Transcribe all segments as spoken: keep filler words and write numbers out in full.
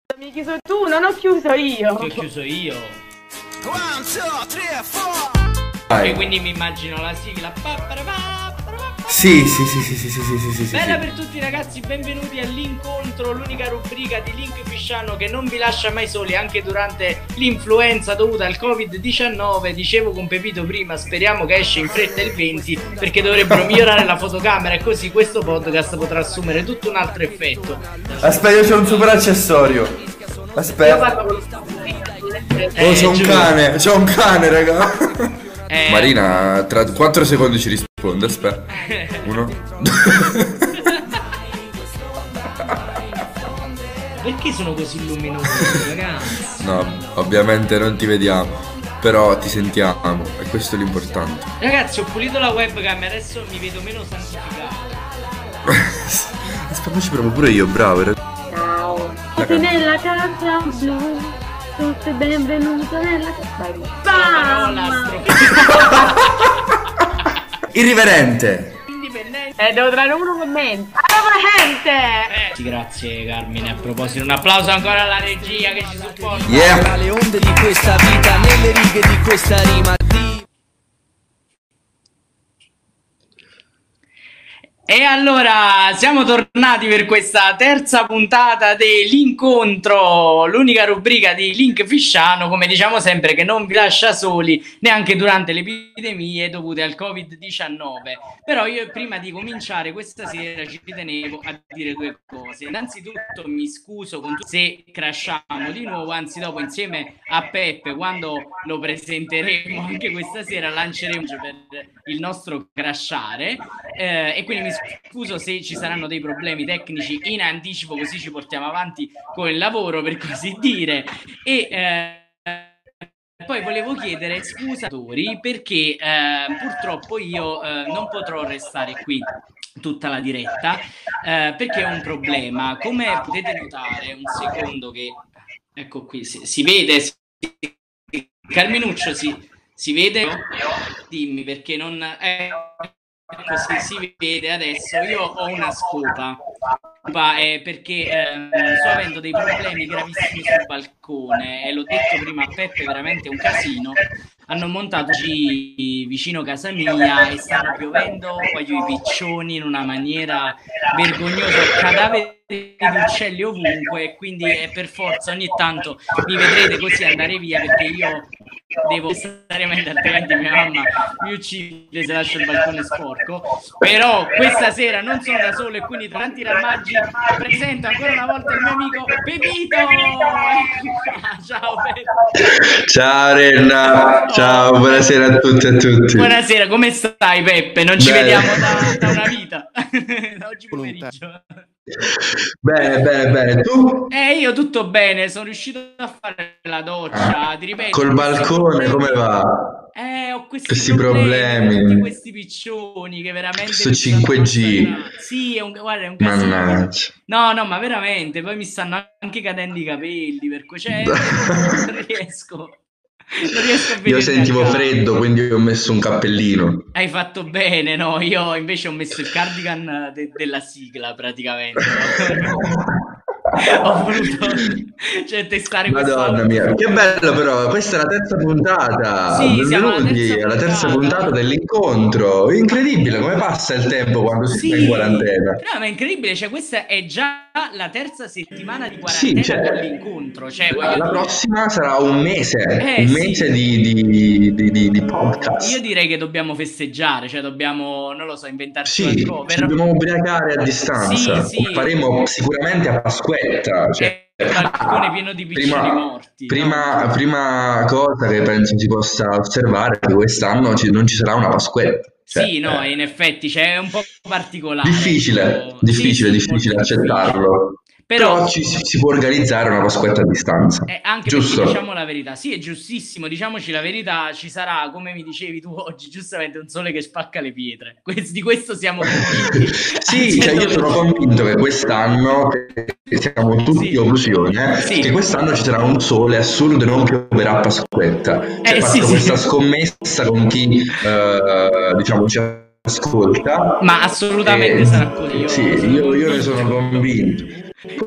Mi hai chiuso tu, non ho chiuso io. Che ho chiuso io. One, two, three, four. E quindi mi immagino la sigla. Sì, sì, sì, sì, sì, sì, sì, sì, sì, Bella sì. per tutti ragazzi, benvenuti all'incontro, l'unica rubrica di Link Fisciano che non vi lascia mai soli anche durante l'influenza dovuta al covid diciannove. Dicevo con Pepito prima, speriamo che esce in fretta il venti perché dovrebbero migliorare la fotocamera e così questo podcast potrà assumere tutto un altro effetto. Aspetta, io c'ho un super accessorio. Aspetta. Eh, Oh, c'ho un giuro. cane, c'ho un cane, raga. Eh, Marina, tra quattro secondi ci risponde, aspetta. Uno. Perché sono così luminosi ragazzi? No, ovviamente non ti vediamo, però ti sentiamo e questo è l'importante. Ragazzi, ho pulito la webcam e adesso mi vedo meno santificato. Aspetta, ci provo pure io, bravo. era- Ciao. Tutti nella casa blu. Tutti benvenuti nella casa blu. Bam! Irriverente. Indipendente. Eh, devo trovare uno con me. Allora, gente! Eh, grazie Carmine, a proposito un applauso ancora alla regia che ci supporta. Yeah. Tra le onde di questa vita, nelle righe di questa rima di... E allora siamo tornati per questa terza puntata dell'incontro, l'unica rubrica di Link Fisciano, come diciamo sempre, che non vi lascia soli neanche durante le epidemie dovute al covid diciannove. Però io prima di cominciare questa sera ci tenevo a dire due cose. Innanzitutto mi scuso con tutti se crashiamo di nuovo, anzi dopo insieme a Peppe, quando lo presenteremo anche questa sera, lanceremo per il nostro crashare, eh, e quindi mi scuso se ci saranno dei problemi tecnici in anticipo, così ci portiamo avanti con il lavoro, per così dire. E eh, poi volevo chiedere scusatori perché eh, purtroppo io eh, non potrò restare qui tutta la diretta, eh, perché ho un problema. Come potete notare, un secondo che ecco qui si, si vede, si, Carminuccio si, si vede? Dimmi perché non eh, ecco, si, si vede adesso. Io ho una scopa eh, perché eh, sto avendo dei problemi gravissimi sul balcone e l'ho detto prima a Peppe, veramente un casino. Hanno montato G vicino casa mia e stanno piovendo voglio i piccioni in una maniera vergognosa, cadaveri di uccelli ovunque, quindi è per forza ogni tanto mi vedrete così andare via perché io devo necessariamente, altrimenti mia mamma mi uccide se lascio il balcone sporco. Però questa sera non sono da solo e quindi tra tanti ramaggi presento ancora una volta il mio amico Pepito. Ciao Peppe. Ciao Renna. Ciao, buonasera a tutti e a tutti. Buonasera, come stai Peppe? Non ci Bene. vediamo da, da una vita. Oggi pomeriggio. Bene, bene, bene. Tu? Eh, io tutto bene, sono riuscito a fare la doccia, ti ripeto. Col questi balcone problemi- come va? Eh, ho questi, Questi problemi, problemi. tutti questi piccioni che veramente Questo mi stanno cinque G. massacrando. Sì, è un, guarda, è un casino. Mannaggia. No, no, ma veramente, poi mi stanno anche cadendo i capelli, per cui cioè, non riesco. Non riesco a vedere. Io sentivo freddo, quindi ho messo un cappellino. Hai fatto bene, no? Io invece ho messo il cardigan de- della sigla praticamente. Ho voluto cioè, testare questo Madonna audio. mia, che bello però, questa è la terza puntata. Sì, siamo alla Benvenuti terza alla terza puntata. puntata dell'incontro. Incredibile come passa il tempo quando si sta in quarantena. No, ma è incredibile, cioè questa è già la terza settimana di quarantena Sì, cioè, con l'incontro. Cioè, La, voglio la dire, prossima sarà un mese, Eh, un sì. mese di, di, di, di, di podcast. io direi che dobbiamo festeggiare, cioè dobbiamo, non lo so, inventarci Sì, qualcosa. ci dobbiamo ubriacare a distanza. Sì, sì. Faremo sicuramente a Pasquetta. Cioè, È il balcone pieno di piccioni prima, morti. prima, no? prima cosa che penso si possa osservare è che quest'anno ci- non ci sarà una Pasquetta. Cioè, Sì, no, eh, in effetti, cioè, è un po' particolare. difficile, ecco. difficile, Sì, sì, difficile molto difficile. accettarlo. Però- Però, ci, si si può organizzare una Pasquetta a distanza. Eh, anche Giusto? perché diciamo la verità, sì, è giustissimo, diciamoci la verità, ci sarà, come mi dicevi tu oggi, giustamente un sole che spacca le pietre. Quest- di questo siamo convinti. Sì, cioè io sono convinto che quest'anno, che siamo tutti Sì. occlusione, Sì. che quest'anno ci sarà un sole assurdo e non pioverà a Pasquetta. Cioè, Eh, faccio sì, sì. questa scommessa con chi, eh, diciamo, ci ascolta. Ma assolutamente E- sarà così. Io Sì, sono io, io ne convinto. sono convinto.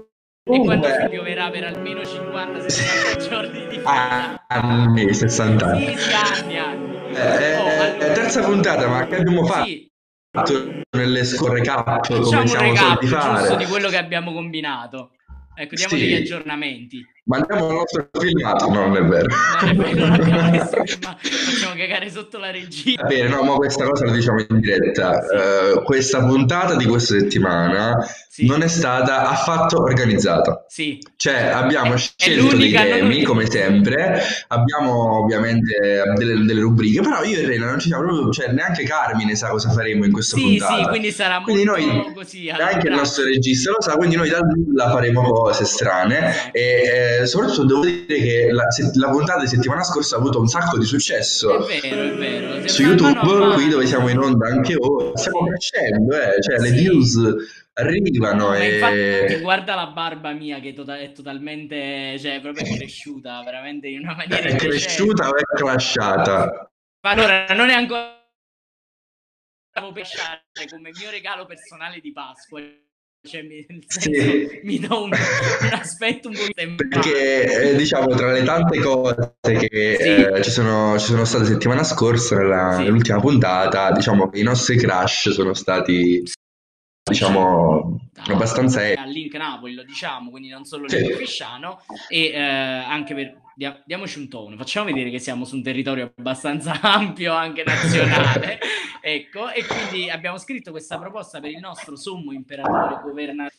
E quando Comunque, pioverà per almeno cinquanta sessanta giorni di fila. anni, sessanta anni. Sì, sì, anni, anni. Eh, Oh, eh, allora, terza puntata, ma che abbiamo fatto sì, nelle score cap come facciamo un siamo recap soliti giusto fare? di quello che abbiamo combinato. Ecco, diamo degli Sì, aggiornamenti. mandiamo il nostro filmato, no, non è vero. Non è vero, non abbiamo messo prima, facciamo cagare sotto la regia. Va bene, no, ma questa cosa la diciamo in diretta. Sì. Eh, questa puntata di questa settimana Sì. non è stata affatto organizzata. Sì. Cioè, abbiamo È- scelto è dei l'unica non temi, come organizzata. sempre, abbiamo ovviamente delle, delle rubriche, però io e Rena non ci siamo proprio, cioè neanche Carmine sa cosa faremo in questa Sì, puntata. sì, quindi sarà Quindi molto noi, così, neanche il nostro all'abbraccio. regista lo sa, quindi noi dal nulla faremo cose strane Esatto. e eh, soprattutto devo dire che la, se- la puntata di settimana scorsa ha avuto un sacco di successo È vero, è vero. su Man YouTube, mano a mano. qui dove siamo in onda anche ora, stiamo Sì. crescendo, eh, cioè le Sì. views arrivano No, ma infatti e... guarda la barba mia che è, tota- è totalmente, cioè proprio è cresciuta veramente in una maniera È indecente. cresciuta o è clasciata? Allora, non è ancora devo pesciare come mio regalo personale di Pasqua. Cioè, mi, nel senso, Sì. mi do un, un aspetto un po' Perché eh, diciamo tra le tante cose che Sì. eh, ci, sono, ci sono state settimana scorsa nella- Sì. nell'ultima puntata, diciamo che i nostri crush sono stati diciamo abbastanza a Link Napoli, lo diciamo, quindi non solo Sì. Link Fisciano, e eh, anche per dia- diamoci un tono, facciamo vedere che siamo su un territorio abbastanza ampio anche nazionale. Ecco, e quindi abbiamo scritto questa proposta per il nostro sommo imperatore governatore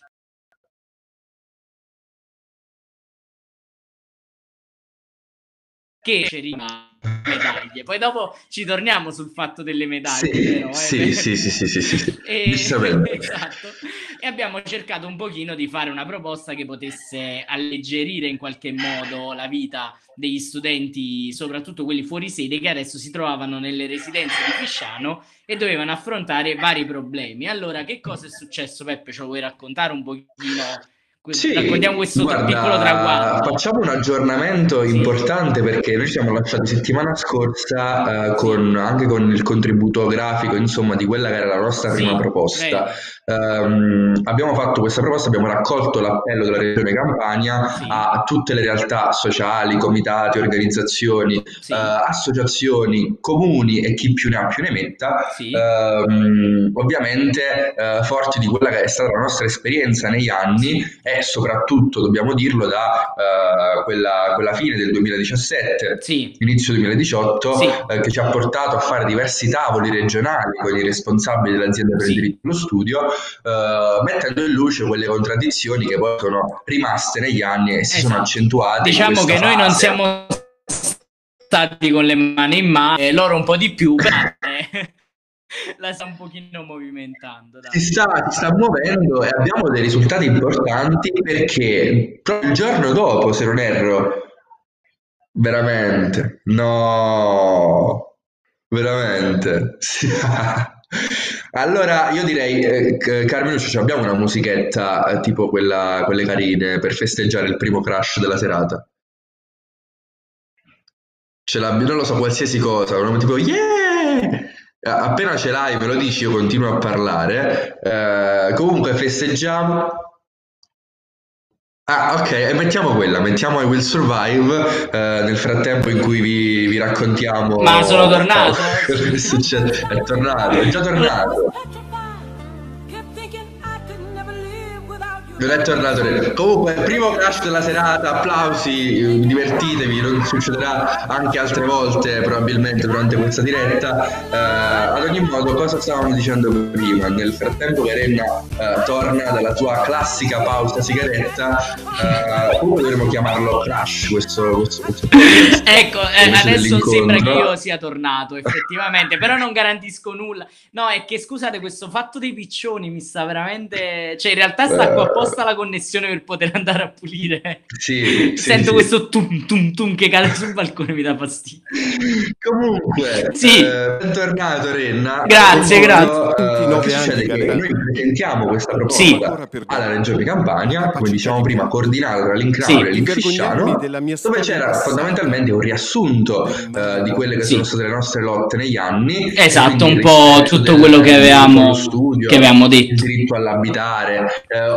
che rima medaglie. Poi dopo ci torniamo sul fatto delle medaglie, Sì, però, eh, sì, per- sì, sì, sì, sì, sì, sì. E, Giustamente. esatto. E abbiamo cercato un pochino di fare una proposta che potesse alleggerire in qualche modo la vita degli studenti, soprattutto quelli fuori sede, che adesso si trovavano nelle residenze di Fisciano e dovevano affrontare vari problemi. Allora, che cosa è successo, Peppe? Ce lo vuoi raccontare un pochino? Sì, Raccontiamo questo guarda, piccolo traguardo. facciamo un aggiornamento Sì. importante perché noi ci siamo lasciati settimana scorsa eh, con, anche con il contributo grafico, insomma, di quella che era la nostra Sì, prima proposta. vero. Ehm, abbiamo fatto questa proposta, abbiamo raccolto l'appello della Regione Campania Sì. a tutte le realtà sociali, comitati, organizzazioni, Sì. eh, associazioni, comuni e chi più ne ha più ne metta, Sì. ehm, ovviamente eh, forti di quella che è stata la nostra esperienza negli anni e soprattutto, dobbiamo dirlo, da eh, quella, quella fine del duemiladiciassette, Sì. inizio duemiladiciotto, Sì. eh, che ci ha portato a fare diversi tavoli regionali con i responsabili dell'azienda per Sì. il diritto allo studio, eh, mettendo in luce quelle contraddizioni che poi sono rimaste negli anni e si Esatto. sono accentuate. Diciamo in che questa noi non fase. siamo stati con le mani in mano, e loro un po' di più, però, eh, la sta un pochino movimentando. Dai. Si sta, si sta muovendo e abbiamo dei risultati importanti perché proprio il giorno dopo, se non erro, veramente, no, veramente. Sì. Allora io direi, eh, Carmenuccio, abbiamo una musichetta eh, tipo quella, quelle carine per festeggiare il primo crush della serata. Ce l'abbiamo, non lo so, qualsiasi cosa, una tipo yeah! Appena ce l'hai me lo dici, io continuo a parlare. Eh, comunque festeggiamo. Ah, ok, e mettiamo quella, mettiamo I Will Survive eh, nel frattempo in cui vi, vi raccontiamo. Ma sono tornato? Quello che succede. È tornato, è già tornato. Non è tornato. Comunque, primo crush della serata, applausi, divertitevi, non succederà anche altre volte probabilmente durante questa diretta. Eh, ad ogni modo, cosa stavamo dicendo prima? Nel frattempo che Renna eh, torna dalla sua classica pausa sigaretta, eh, come dovremmo chiamarlo crush questo, questo, questo podcast? Ecco, eh, Invece adesso dell'incontro. sembra che io sia tornato, effettivamente, però non garantisco nulla. No, è che scusate, questo fatto dei piccioni mi sta veramente... Cioè, in realtà stacco Eh, apposta la connessione per poter andare a pulire. Sì, sì, Sento sì. questo tum tum tum che cade sul balcone, mi dà fastidio. Comunque, Sì. eh, bentornato Renna. Grazie, In grazie. modo, Tutti i eh, nove che anni succede? che Che aveva. noi presentiamo questa Sì. proposta alla Regione Campania, come dicevamo prima, coordinata tra l'Incrano Sì. e l'Infisciano, della mia dove storia c'era passata. fondamentalmente un riassunto eh, di quelle che Sì. sono state le nostre lotte negli anni. Esatto, e quindi un il po' rispetto tutto del- quello che del diritto avevamo- allo studio, che avevamo il detto. diritto all'abitare. Eh, ovviamente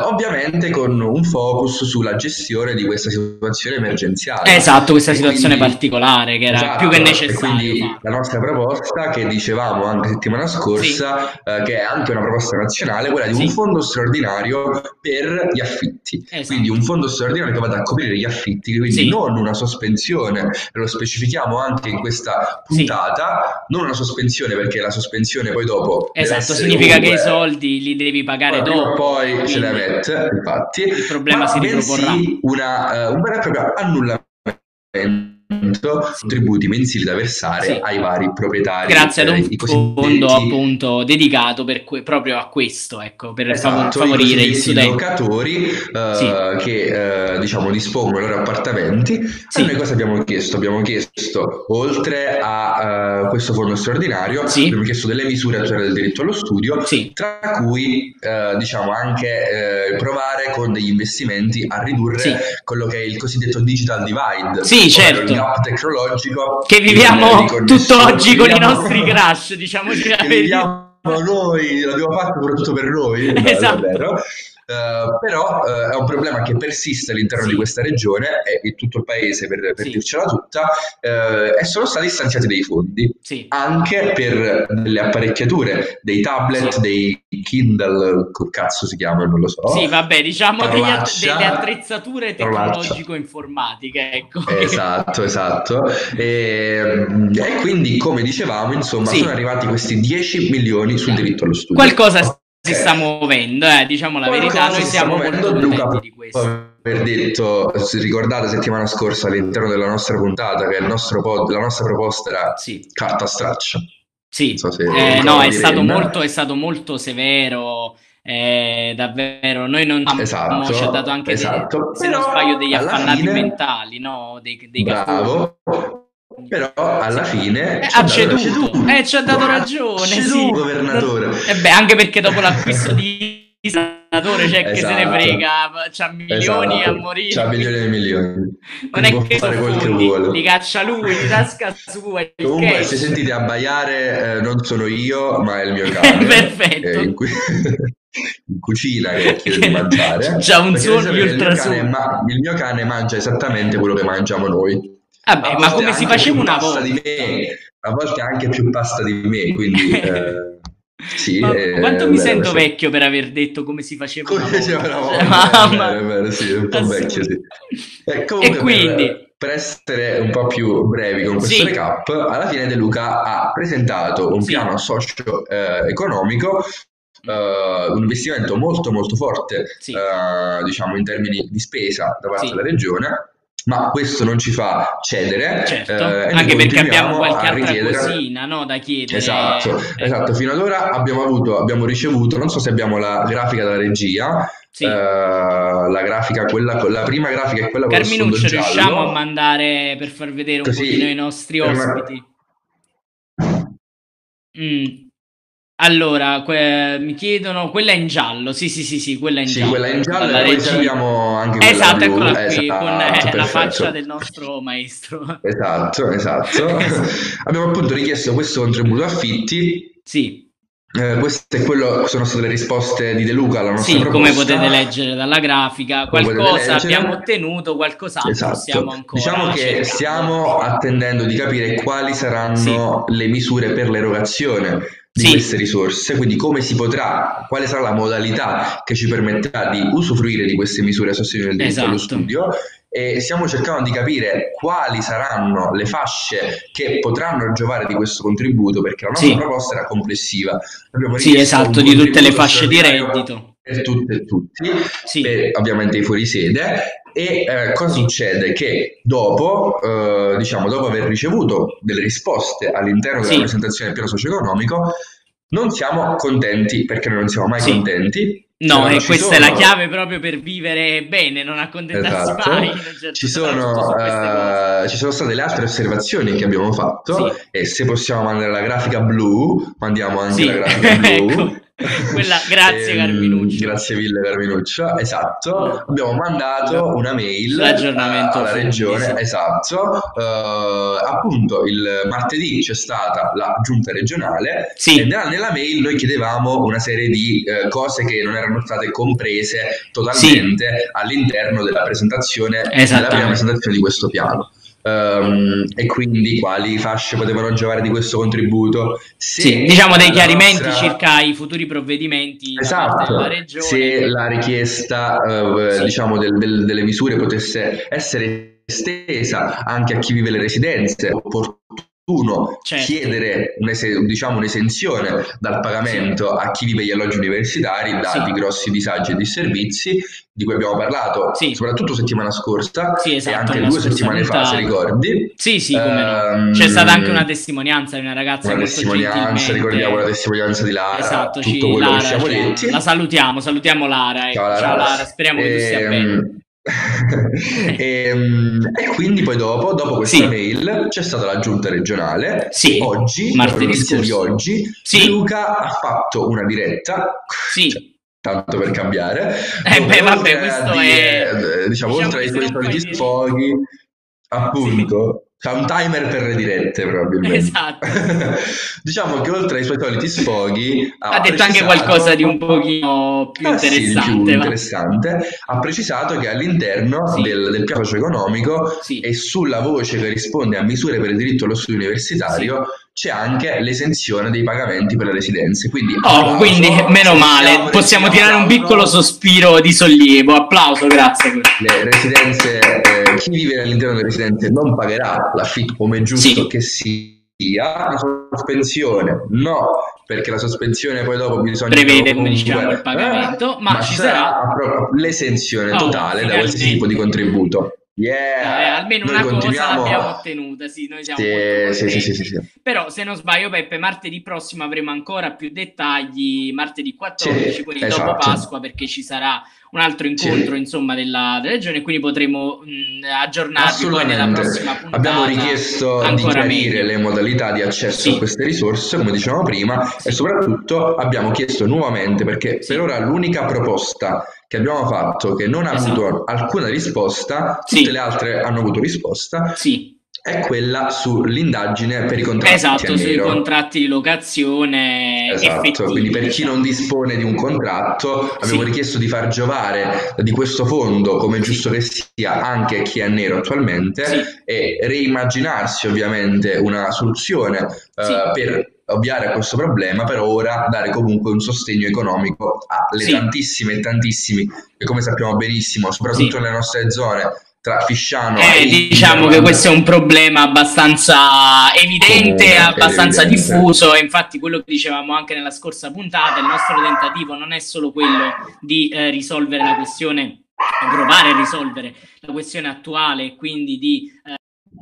ovviamente con un focus sulla gestione di questa situazione emergenziale. Esatto, questa E situazione quindi- particolare che era Esatto, più che e necessario quindi farlo. la nostra proposta, che dicevamo anche settimana scorsa, eh, che è anche una proposta nazionale, quella di un Sì. fondo straordinario per gli affitti. Esatto. Quindi un fondo straordinario che vada a coprire gli affitti, quindi Sì. non una sospensione, lo specifichiamo anche in questa Sì. puntata, non una sospensione, perché la sospensione poi dopo deve Esatto, essere significa che i comunque- soldi li devi pagare poi, prima o dopo. poi ce quindi le mette, infatti, il problema ma si riproporrà. bensì una, eh, un vero e proprio annullamento, Sì. contributi mensili da versare Sì. ai vari proprietari, Grazie ad eh, un i fondo cosiddetti appunto dedicato per que- proprio a questo, ecco, per favor- Esatto, i favorire gli cosiddetti studenti. locatori eh, Sì. che eh, diciamo dispongono i loro appartamenti. Sì. E noi cosa abbiamo chiesto? Abbiamo chiesto, oltre a eh, questo fondo straordinario, Sì. abbiamo chiesto delle misure a tutela del diritto allo studio, Sì. tra cui eh, diciamo anche eh, provare con degli investimenti a ridurre Sì. quello che è il cosiddetto digital divide, Sì, ovvero certo. il gap tecnologico Che viviamo di connessione. tutto oggi con i Viviamo- nostri crash, diciamoci la che verità. viviamo noi, l'abbiamo fatto soprattutto per noi, no, Esatto. davvero. Uh, però uh, è un problema che persiste all'interno Sì. di questa regione e in tutto il paese, per, per Sì. dircela tutta, uh, e sono stati stanziati dei fondi Sì. anche per delle apparecchiature, dei tablet, Sì. dei Kindle, che cazzo si chiamano, non lo so. Sì, vabbè, diciamo degli att- Parolaccia. delle attrezzature Parolaccia. tecnologico-informatiche, ecco. Esatto, esatto. E, e quindi, come dicevamo, insomma, Sì. sono arrivati questi dieci milioni sul diritto allo studio. Qualcosa si Ok. sta muovendo, eh, diciamo la Qualcosa verità, noi si siamo sta molto muovendo. Luca contenti di può questo. aver detto, se ricordate settimana scorsa all'interno della nostra puntata, che il nostro pod, la nostra proposta era Sì. carta straccia. Sì, Non so se eh, ricordi, no, è stato, Renna. molto, è stato molto severo, eh, davvero, noi non Esatto, ci ha dato anche, esatto. dei, se non Però, sbaglio, degli alla affannati fine- mentali, no? Dei, dei cafoni. Bravo. Però alla fine Eh, ci ha dato- ceduto, eh, ci ha dato Ha ragione, ceduto, sì. governatore. E beh, anche perché dopo l'acquisto di senatore c'è che se ne Esatto. frega, c'ha milioni Esatto. a morire. C'ha milioni e milioni. Non Quindi è può che fare sono quel che fondi, vuole. li caccia lui, di tasca sua. il Comunque, cash. se sentite abbaiare, eh, non sono io, ma è il mio cane. Perfetto. eh, in, cu- in cucina che chiede di mangiare. C'ha un Perché suono deve di sapere, il mio ultrasuoni. cane ma- il mio cane mangia esattamente quello che mangiamo noi. Vabbè, A ma volte come si anche faceva più una pasta volta? di me, a volte anche più pasta di me, quindi eh, sì. Ma eh, quanto mi beh, sento sì. vecchio per aver detto come si faceva Come una si volta. chiama una Cioè, volta? mamma. È vero, è vero, sì, un po' Assurdo. vecchio, sì. E, comunque, E quindi per, per essere un po' più brevi con questo Sì. recap, alla fine De Luca ha presentato un Sì. piano socio-economico, eh, un investimento molto molto forte, Sì. eh, diciamo in termini di spesa da parte Sì. della regione, ma questo non ci fa cedere, Certo, eh, e noi anche perché abbiamo continuiamo qualche a altra richiedere- cosina, no, da chiedere. Esatto, Ecco. esatto. Fino ad ora abbiamo avuto, abbiamo ricevuto, non so se abbiamo la grafica della regia, Sì. eh, la grafica, quella, la prima grafica è quella con lo sfondo Carminuccio, giallo. riusciamo a mandare per far vedere un Così, pochino i nostri per una- ospiti? Mm. Allora, que- mi chiedono, quella è in giallo, sì sì sì sì, quella è in Sì, giallo. quella in giallo dalla e poi regia. abbiamo anche quella Esatto, blu. eccola qui, Esatto, con eh, la perfetto. faccia del nostro maestro. Esatto, esatto. Abbiamo appunto richiesto questo contributo affitti. Sì, Eh, questo è quello, sono state le risposte di De Luca alla nostra sì, proposta. come potete leggere dalla grafica, Come potete qualcosa leggere. abbiamo ottenuto, qualcos'altro Esatto. stiamo ancora Diciamo che cercando. stiamo attendendo di capire quali saranno le misure per l'erogazione di Sì. queste risorse, quindi come si potrà, quale sarà la modalità che ci permetterà di usufruire di queste misure a sostegno del diritto allo Esatto. studio, e stiamo cercando di capire quali saranno le fasce che potranno giovare di questo contributo, perché la nostra Sì. proposta era complessiva. Abbiamo Sì, richiesto esatto, un di tutte le contributo fasce di straordinario reddito. per tutte e tutti, Sì. per ovviamente i fuorisede. E eh, cosa Sì. succede? Che dopo, eh, diciamo, dopo aver ricevuto delle risposte all'interno della Sì. presentazione del piano socio-economico, non siamo contenti, perché noi non siamo mai Sì. contenti. No, Eh, e ci questa è sono- la chiave proprio per vivere bene, non accontentarsi Esatto. mai. in un certo Ci senso, su sono, queste cose. eh, ci sono state le altre osservazioni che abbiamo fatto, Sì. e se possiamo mandare la grafica blu, mandiamo anche Sì, la grafica blu. ecco. Quella, grazie Ehm, Carminuccio. grazie mille Carminuccio, esatto. Abbiamo mandato una mail L'aggiornamento alla regione, Fondi, sì. esatto. Eh, appunto il martedì c'è stata la giunta regionale Sì. e nella, nella mail noi chiedevamo una serie di eh, cose che non erano state comprese totalmente Sì. all'interno della presentazione, della Esattamente. prima presentazione di questo piano. Um, e quindi quali fasce potevano giovare di questo contributo? Se Sì, diciamo dei la chiarimenti nostra- circa i futuri provvedimenti da parte Esatto, della regione. se la richiesta eh, Sì. diciamo del- del- delle misure potesse essere estesa anche a chi vive le residenze, opportuno Certo. chiedere un'ese- diciamo, un'esenzione dal pagamento a chi vive gli alloggi universitari, dati Sì. i grossi disagi e disservizi di cui abbiamo parlato Sì. soprattutto settimana scorsa Sì, e esatto, anche nella due scorsa settimane fa, se puntata. ricordi. Sì, sì, come no. Ehm, C'è stata anche una testimonianza di una ragazza una molto testimonianza, gentilmente. ricordiamo la testimonianza di Lara, Esatto, tutto ci, quello Lara, che siamo cioè, detti. la salutiamo, salutiamo Lara. Ecco. Ciao Lara. Ciao Lara, speriamo che tu stia Ehm, bene. e, e quindi poi dopo, dopo questa Sì. mail c'è stata la giunta regionale. Sì, Oggi, martedì notizia di scorso. oggi, Sì. Luca ha fatto una diretta. Sì. Cioè, tanto per cambiare. Eh, dove beh, vabbè, oltre a questo dire, è- eh, diciamo, diciamo oltre che ai se suoi non puoi soliti dire- sfoghi, appunto, c'ha un timer per le dirette probabilmente. Esatto. Diciamo che oltre ai suoi soliti sfoghi Ha detto anche precisato- qualcosa di un pochino più Ah, sì, di più interessante. va. interessante. Ha precisato che all'interno Sì. del, del piano socio-economico Sì. e sulla voce che risponde a misure per il diritto allo studio universitario c'è anche l'esenzione dei pagamenti per le residenze. Quindi, Oh, applauso, quindi meno ci male, siamo, possiamo ci tirare siamo, un piccolo applauso. sospiro di sollievo. Applauso, grazie. Le residenze, eh, chi vive all'interno delle residenze non pagherà l'affitto come è giusto Sì. che sia. La sospensione no, perché la sospensione poi dopo bisogna Prevede, come comunque, diciamo, il eh, pagamento, ma ci sarà- proprio l'esenzione Oh, totale da qualsiasi finalmente. tipo di contributo. Eh, Yeah! almeno Noi una cosa continuiamo- l'abbiamo ottenuta, sì, noi siamo Sì, molto sì, contenti. sì, sì, sì, sì. Però, se non sbaglio, Peppe, martedì prossimo avremo ancora più dettagli, martedì quattordici, Sì, quindi esatto. dopo Pasqua, perché ci sarà un altro incontro, Sì. insomma, della, della regione, quindi potremo mh, aggiornarvi poi nella Assolutamente. prossima puntata. Abbiamo richiesto di ancora chiarire meglio. le modalità di accesso Sì. a queste risorse, come dicevamo prima, Sì. e soprattutto abbiamo chiesto nuovamente, perché Sì. per ora l'unica proposta che abbiamo fatto che non ha Esatto. avuto alcuna risposta, Sì. tutte le altre hanno avuto risposta, Sì. è quella sull'indagine per i contratti a Esatto, sui nero. contratti di locazione Esatto, effettivi, quindi per chi diciamo. non dispone di un contratto abbiamo Sì. richiesto di far giovare di questo fondo, come è giusto che sia, anche chi è nero attualmente Sì. e reimmaginarsi ovviamente una soluzione eh, Sì. per ovviare a questo problema, per ora dare comunque un sostegno economico alle Sì. tantissime e tantissimi che, come sappiamo benissimo, soprattutto Sì. nelle nostre zone tra Fisciano Eh, e diciamo Inter, che questo è un problema abbastanza evidente, Comune, abbastanza evidente. diffuso, e infatti quello che dicevamo anche nella scorsa puntata, il nostro tentativo non è solo quello di eh, risolvere la questione, provare a risolvere la questione attuale, e quindi di eh,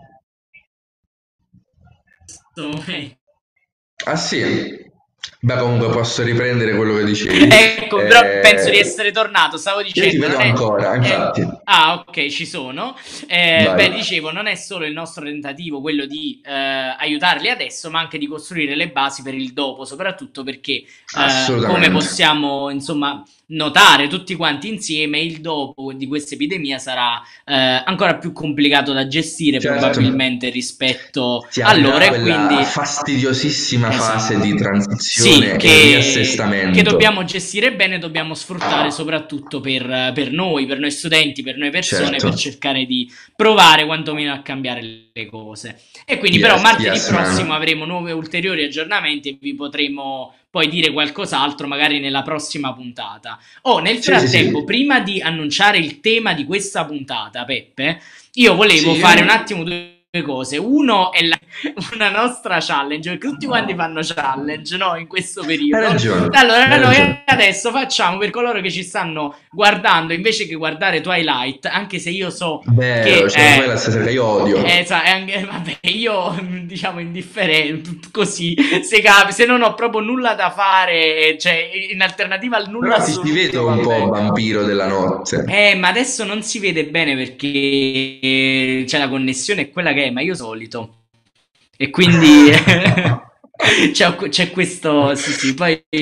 eh, Ah sì? Beh, comunque posso riprendere quello che dicevi. Ecco, però Eh, penso di essere tornato. Stavo dicendo. Io ti vedo non è- ancora, eh, infatti. ah, ok, ci sono. Eh, Vai. beh, dicevo, non è solo il nostro tentativo quello di eh, aiutarli adesso, ma anche di costruire le basi per il dopo, soprattutto perché, eh, Assolutamente. come possiamo, insomma, notare tutti quanti insieme, il dopo di questa epidemia sarà eh, ancora più complicato da gestire, Certo. probabilmente, rispetto Si allora, aprirà e quella quindi fastidiosissima Esatto. fase di sì, transizione e che, riassestamento. che dobbiamo gestire bene, dobbiamo sfruttare soprattutto per, per noi, per noi studenti, per noi persone, Certo. per cercare di provare quantomeno a cambiare le cose. E quindi Yes, però martedì yes, man. prossimo avremo nuovi ulteriori aggiornamenti e vi potremo poi dire qualcos'altro magari nella prossima puntata. Oh, nel Sì, sì, frattempo, sì. prima di annunciare il tema di questa puntata, Peppe, io volevo Sì. fare un attimo due due cose. Uno è la- una nostra challenge, perché tutti quanti fanno challenge, no? In questo periodo. Hai ragione. Allora, hai noi ragione. adesso facciamo per coloro che ci stanno guardando, invece che guardare Twilight, anche se io so Vero, che cioè, eh, poi la stasera io odio. eh, sa- è anche- vabbè, io diciamo indifferente, così, se, capi, se non ho proprio nulla da fare, cioè in alternativa al nulla Però ti, ti assoluto, vedo un vabbè. po' vampiro della notte. Eh, ma adesso non si vede bene perché eh, c'è la connessione, è quella che è, ma io solito. E quindi c'è, c'è questo, sì, sì, poi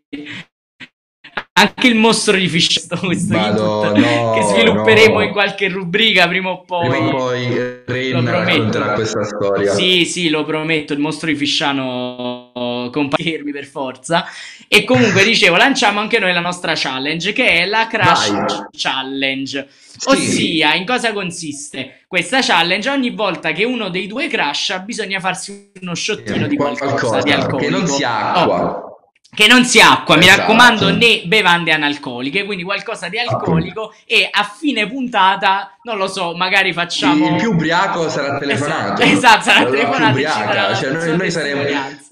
anche il mostro di Fisciano, questo Vado, input no, che svilupperemo no. in qualche rubrica prima o poi. Prima o poi Ren racconterà questa storia. Sì, sì, lo prometto, il mostro di Fisciano comparirmi per forza. E comunque dicevo, lanciamo anche noi la nostra challenge, che è la Crash Vai. Challenge. Sì. Ossia, in cosa consiste questa challenge? Ogni volta che uno dei due crasha bisogna farsi uno shottino di qualcosa, Qualcosa di alcolico. che non sia acqua. Oh, che non sia acqua, mi Esatto. raccomando, né bevande analcoliche, quindi qualcosa di alcolico. Appunto. E a fine puntata, non lo so, magari facciamo... Il più ubriaco sarà telefonato. Esatto, esatto sarà la telefonato. Più ubriaca. Cioè, noi, noi saremo...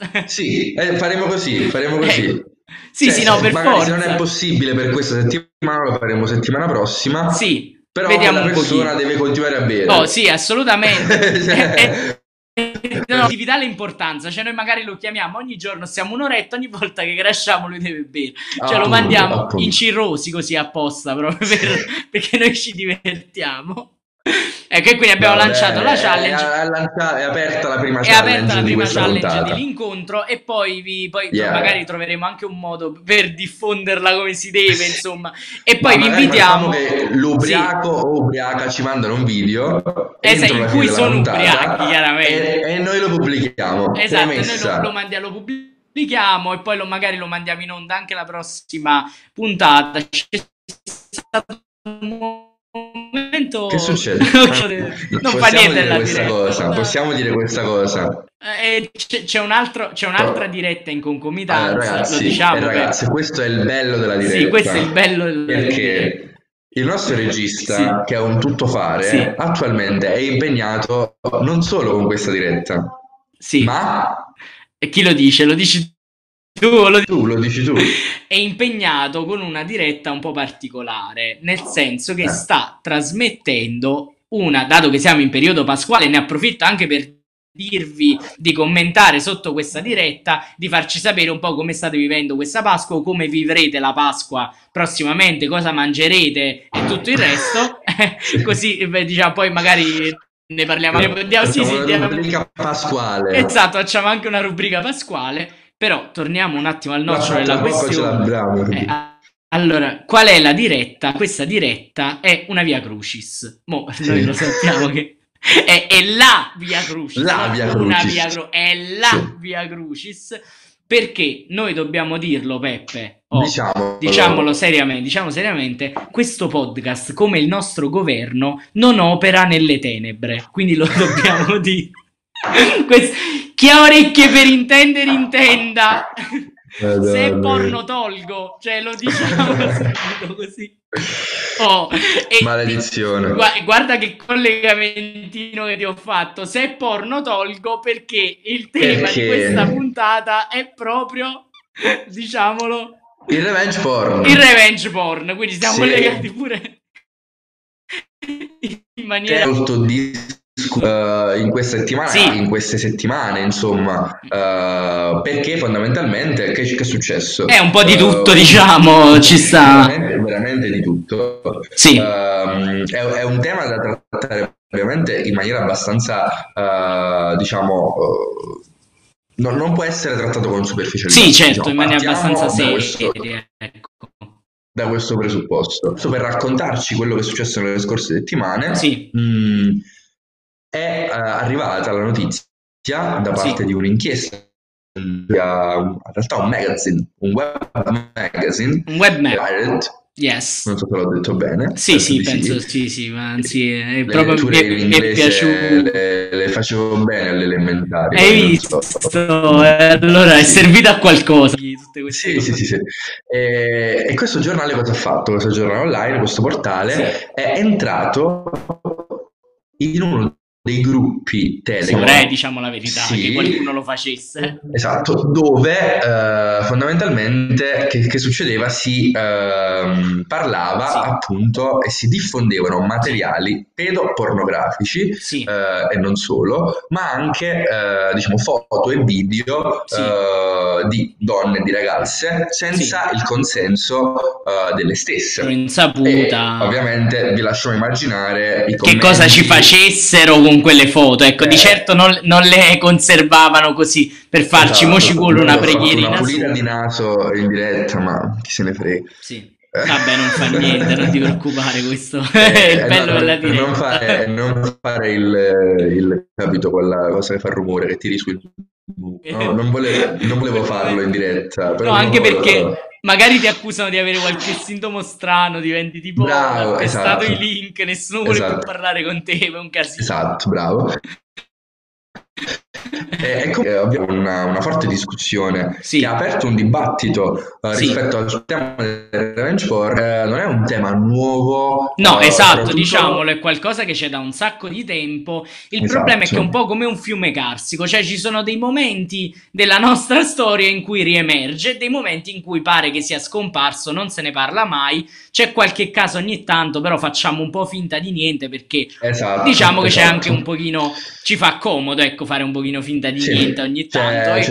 Sì, eh, faremo così, faremo così. Eh. Sì, cioè, sì, no, per magari forza. Se non è possibile per questa settimana, lo faremo settimana prossima. Sì, però vediamo la un persona pochino. deve continuare a bere. Oh, sì, assolutamente. Cioè... No, di vitale importanza, cioè noi magari lo chiamiamo ogni giorno, stiamo un'oretta, ogni volta che crashiamo lui deve bere, cioè appunto, lo mandiamo appunto. in cirrosi così apposta proprio per, perché noi ci divertiamo. Ecco, e quindi abbiamo Vabbè, lanciato la challenge, è, è, è aperta la prima è challenge, aperta la di prima challenge puntata. dell'incontro e poi, vi, poi yeah. magari troveremo anche un modo per diffonderla come si deve, insomma, e poi ma vi invitiamo che l'ubriaco sì. o ubriaca ci mandano un video esatto, in cui sono ubriachi chiaramente e, e noi lo pubblichiamo, esatto, noi lo, lo mandiamo, lo pubblichiamo e poi lo, magari lo mandiamo in onda anche la prossima puntata. C'è stato un momento... Che succede? non fa niente dire la questa diretta, cosa, no? Possiamo dire questa cosa. Eh, c'è, c'è, un altro, c'è un'altra diretta in concomitanza, allora, ragazzi, lo diciamo eh, ragazzi, per... questo è il bello della diretta. Sì, questo è il bello del... perché il nostro regista, sì. che è un tuttofare, sì. attualmente è impegnato non solo con questa diretta, sì. ma... E chi lo dice? Lo dici tu? Lo... tu lo dici tu. È impegnato con una diretta un po' particolare, nel senso che eh. sta trasmettendo una, dato che siamo in periodo pasquale, ne approfitto anche per dirvi di commentare sotto questa diretta, di farci sapere un po' come state vivendo questa Pasqua o come vivrete la Pasqua prossimamente, cosa mangerete e tutto il resto. Così beh, diciamo, poi magari ne parliamo. Ne parliamo sì, sì, una rubrica pasquale. Esatto, facciamo anche una rubrica pasquale. Però torniamo un attimo al nocciolo della questione. Eh, allora, qual è la diretta? Questa diretta è una Via Crucis. Mo, sì. Noi lo sappiamo che è, è la Via Crucis. La Via Crucis. Una Via Cru- è la sì. Via Crucis. Perché noi dobbiamo dirlo, Peppe. Oh, diciamolo. diciamolo seriamente, diciamo seriamente, questo podcast, come il nostro governo, non opera nelle tenebre. Quindi lo dobbiamo dire. Questo, chi ha orecchie per intendere intenda. Madonna. Se è porno tolgo, cioè lo diciamo così. Oh, e maledizione. Ti, guarda che collegamentino che ti ho fatto. Se è porno tolgo perché il tema perché? di questa puntata è proprio, diciamolo, il revenge porn. Il revenge porn, quindi siamo sì. collegati pure in maniera molto di Uh, in questa settimana, sì. in queste settimane, insomma, uh, perché fondamentalmente che, che è successo? È un po' di tutto, uh, diciamo, ci sta veramente, veramente di tutto. Sì. Uh, è, è un tema da trattare ovviamente in maniera abbastanza, uh, diciamo, uh, non, non può essere trattato con superficialità. Sì, certo, diciamo. in maniera abbastanza seria. Questo, ecco. Da questo presupposto, per raccontarci quello che è successo nelle scorse settimane. Sì. Mh, è uh, arrivata la notizia da parte sì. di un'inchiesta, in realtà un magazine, un web magazine, un web magazine. Yes. Non so se l'ho detto bene. Sì, penso sì, penso sì, sì, sì, ma anzi, è le proprio mi, in mi è piaciuto. Le, le facevo bene alle elementari. Hai visto? So. Allora è servita a qualcosa. Tutte queste sì, cose. sì, sì, sì. E, e questo giornale cosa ha fatto? Questo giornale online, questo portale, sì. è entrato in uno dei gruppi Telegram, vorrei, diciamo la verità, sì, che qualcuno lo facesse. Esatto, dove eh, fondamentalmente che, che succedeva? Si eh, parlava sì. appunto e si diffondevano materiali pedopornografici sì. eh, e non solo, ma anche eh, diciamo foto e video sì. eh, uh, di donne, di ragazze, senza sì. il consenso uh, delle stesse. Insaputa. E, ovviamente vi lascio immaginare i che cosa ci facessero con quelle foto. Ecco, eh. di certo non, non le conservavano così per farci, esatto. mo ci vuole una preghierina. Una pulita di naso in diretta, ma chi se ne frega. Sì. Vabbè, non fa niente, non ti preoccupare, questo è il bello no, della diretta. Non fare, non fare il, il capito, quella cosa che fa rumore, che tiri sul... No, non, volevo, non volevo farlo in diretta. Però no, anche perché lo... magari ti accusano di avere qualche sintomo strano, diventi tipo bravo, ha pestato esatto. i link, nessuno vuole esatto. più parlare con te, è un casino. Esatto, bravo. E ecco che abbiamo una, una forte discussione sì. che ha aperto un dibattito uh, sì. rispetto al tema del revenge porn. Uh, non è un tema nuovo. No, uh, esatto, tutto... diciamolo, è qualcosa che c'è da un sacco di tempo. Il esatto. problema è che è un po' come un fiume carsico, cioè ci sono dei momenti della nostra storia in cui riemerge, dei momenti in cui pare che sia scomparso, non se ne parla mai. C'è qualche caso ogni tanto, però facciamo un po' finta di niente perché esatto, diciamo che esatto. c'è anche un pochino, ci fa comodo, ecco, fare un pochino finta di sì. niente ogni tanto. C'è, e c'è quindi...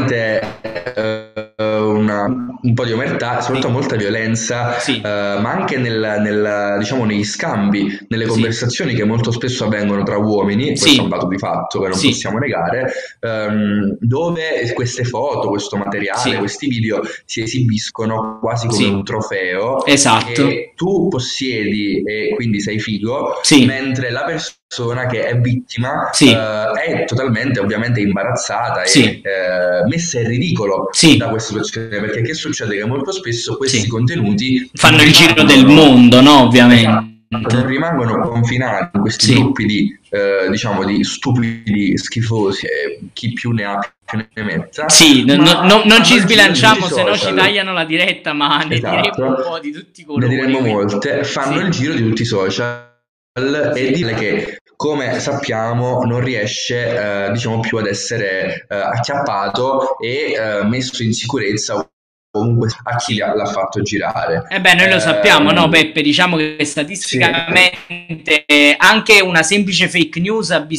sicuramente uh, una, un po' di omertà, soprattutto sì. molta violenza, sì. uh, ma anche nel, nel, diciamo, negli scambi, nelle sì. conversazioni che molto spesso avvengono tra uomini, questo sì. è un dato di fatto che non sì. possiamo negare, um, dove queste foto, questo materiale, sì. questi video si esibiscono quasi come sì. un trofeo. Esatto. Che tu possiedi e quindi sei figo, sì. mentre la persona che è vittima sì. uh, è totalmente ovviamente imbarazzata sì. e uh, messa in ridicolo sì. da questa situazione, perché che succede? Che molto spesso questi sì. contenuti fanno il giro del mondo, no? Ovviamente. Non rimangono confinati in questi sì. gruppi di eh, diciamo di stupidi schifosi e chi più ne ha più ne metta. Sì, no, no, non ci sbilanciamo, se no ci tagliano la diretta, ma ne esatto. diremo un po' di tutti i colori. Ne diremo molte, fanno sì. il giro di tutti i social sì. e dire che, come sappiamo, non riesce eh, diciamo più ad essere eh, acchiappato e eh, messo in sicurezza comunque a chi l'ha fatto girare. Eh beh, noi lo sappiamo, eh, no Peppe? Diciamo che statisticamente sì. anche una semplice fake news ha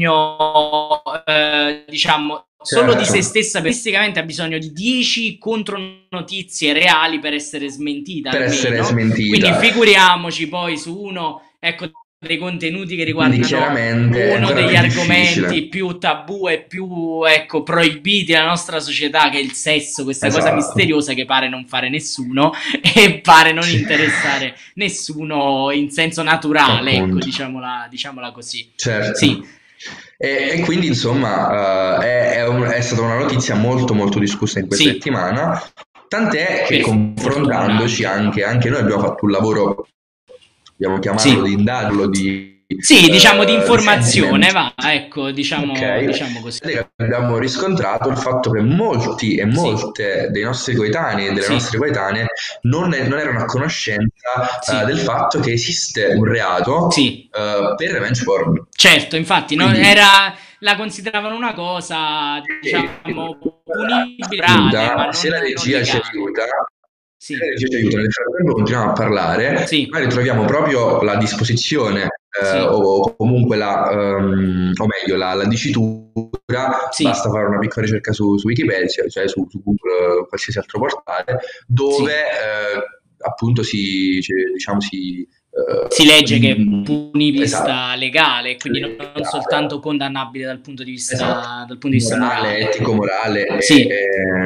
bisogno, eh, diciamo, solo certo. di se stessa, statisticamente ha bisogno di dieci contronotizie reali per essere smentita. Per almeno. essere smentita. Quindi figuriamoci poi su uno, ecco, dei contenuti che riguardano uno degli argomenti difficile. più tabù e più ecco proibiti nella nostra società, che è il sesso, questa esatto. cosa misteriosa che pare non fare nessuno e pare non sì. interessare nessuno in senso naturale, appunto. ecco, diciamola, diciamola così. Certo. Sì. E, e quindi insomma uh, è, è, un, è stata una notizia molto molto discussa in questa sì. settimana, tant'è che per confrontandoci anche, anche noi abbiamo fatto un lavoro, abbiamo chiamato sì. di indagine, di sì, diciamo uh, di informazione, va, ecco, diciamo, okay. diciamo così. Abbiamo riscontrato il fatto che molti e molte sì. dei nostri coetanei e delle sì. nostre coetanee non, è, non erano a conoscenza sì. uh, del fatto che esiste un reato sì. uh, per revenge porn. Certo, infatti, no, Quindi, era, la consideravano una cosa, diciamo, punibile, aiuta, ma non, se la regia ci aiuta. Sì. Ci aiuta, nel frattempo continuiamo a parlare, sì. ma ritroviamo proprio la disposizione eh, sì. o comunque la, um, o meglio la, la dicitura, sì. basta fare una piccola ricerca su, su Wikipedia, cioè su, su Google o qualsiasi altro portale, dove sì. eh, appunto si, cioè, diciamo si... Uh, si legge che è punibile esatto. legale, quindi non, non soltanto condannabile dal punto di vista, esatto. dal punto di vista morale, morale. etico, morale sì. e,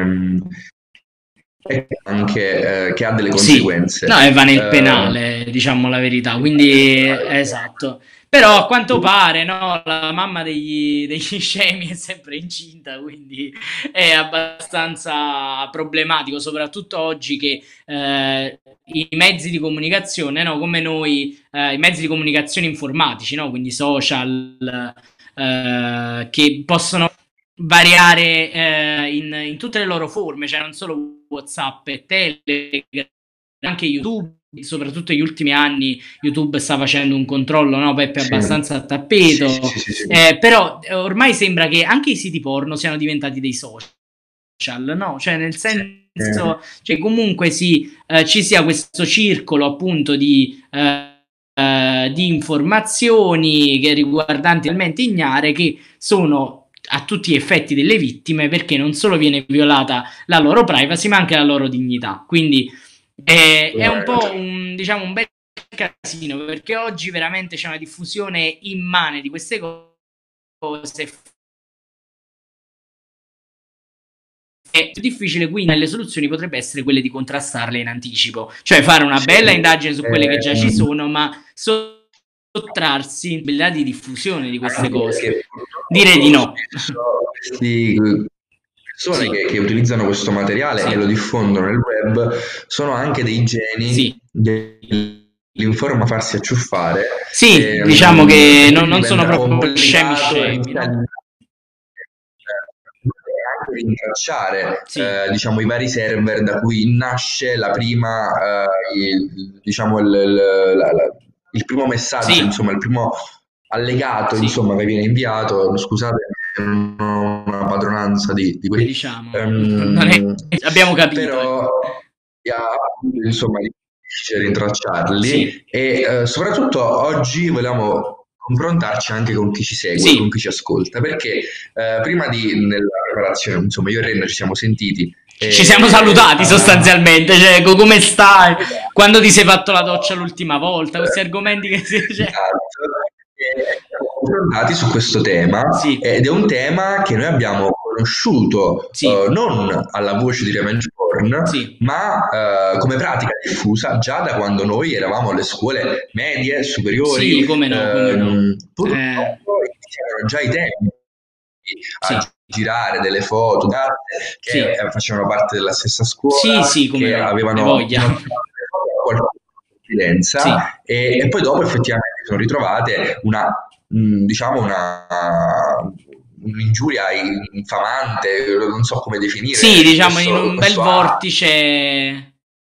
e anche eh, che ha delle conseguenze. Sì. No, e va nel penale, uh, diciamo la verità, quindi esatto. Però a quanto pare, no, la mamma degli, degli scemi è sempre incinta, quindi è abbastanza problematico, soprattutto oggi che eh, i mezzi di comunicazione, no, come noi, eh, i mezzi di comunicazione informatici, no, quindi social, eh, che possono variare eh, in, in tutte le loro forme, cioè non solo WhatsApp e Telegram, anche YouTube. Soprattutto negli ultimi anni YouTube sta facendo un controllo, no, Peppe, sì. abbastanza a tappeto, sì, sì, sì, sì. Eh, però ormai sembra che anche i siti porno siano diventati dei social, no? Cioè nel senso, sì. cioè comunque sì, eh, ci sia questo circolo appunto di, eh, eh, di informazioni che riguardanti talmente ignare che sono a tutti gli effetti delle vittime, perché non solo viene violata la loro privacy ma anche la loro dignità. Quindi è, è un po' un, diciamo, un bel casino, perché oggi veramente c'è una diffusione immane di queste cose. È difficile, quindi le soluzioni potrebbe essere quelle di contrastarle in anticipo, cioè fare una bella indagine su quelle che già ci sono, ma sottrarsi alla di diffusione di queste cose. Direi di no. Questi persone sì. che, che utilizzano questo materiale sì. e lo diffondono nel web sono anche dei geni sì. dell'informa farsi acciuffare. Sì, e, diciamo um, che non, non sono proprio scemi scemi, no? Anche rintracciare sì. eh, diciamo i vari server da cui nasce la prima eh, il, diciamo il, il, la, la, il primo messaggio sì. insomma il primo allegato sì. insomma che viene inviato. Scusate, non ho una padronanza di, di questo, diciamo um, non è, abbiamo capito però eh. insomma è difficile rintracciarli sì. e uh, soprattutto oggi vogliamo confrontarci anche con chi ci segue, sì. con chi ci ascolta, perché eh, prima di nella preparazione, insomma, io e Renno ci siamo sentiti. E... Ci siamo salutati ah, sostanzialmente, cioè come stai? Quando ti sei fatto la doccia l'ultima volta? Questi argomenti che si... Cioè... Siamo confrontati su questo tema sì. ed è un tema che noi abbiamo conosciuto sì. uh, non alla voce di Revenge Porn, sì. ma uh, come pratica diffusa già da quando noi eravamo alle scuole medie, superiori. Sì, come no, come uh, no. Purtroppo eh. iniziarono già i tempi a sì. girare delle foto che sì. facevano parte della stessa scuola, sì, sì, come che no. avevano voglia. Confidenza sì. e, e poi dopo effettivamente sono ritrovate una mh, diciamo una un'ingiuria infamante, non so come definire. Sì, diciamo questo, in un bel vortice.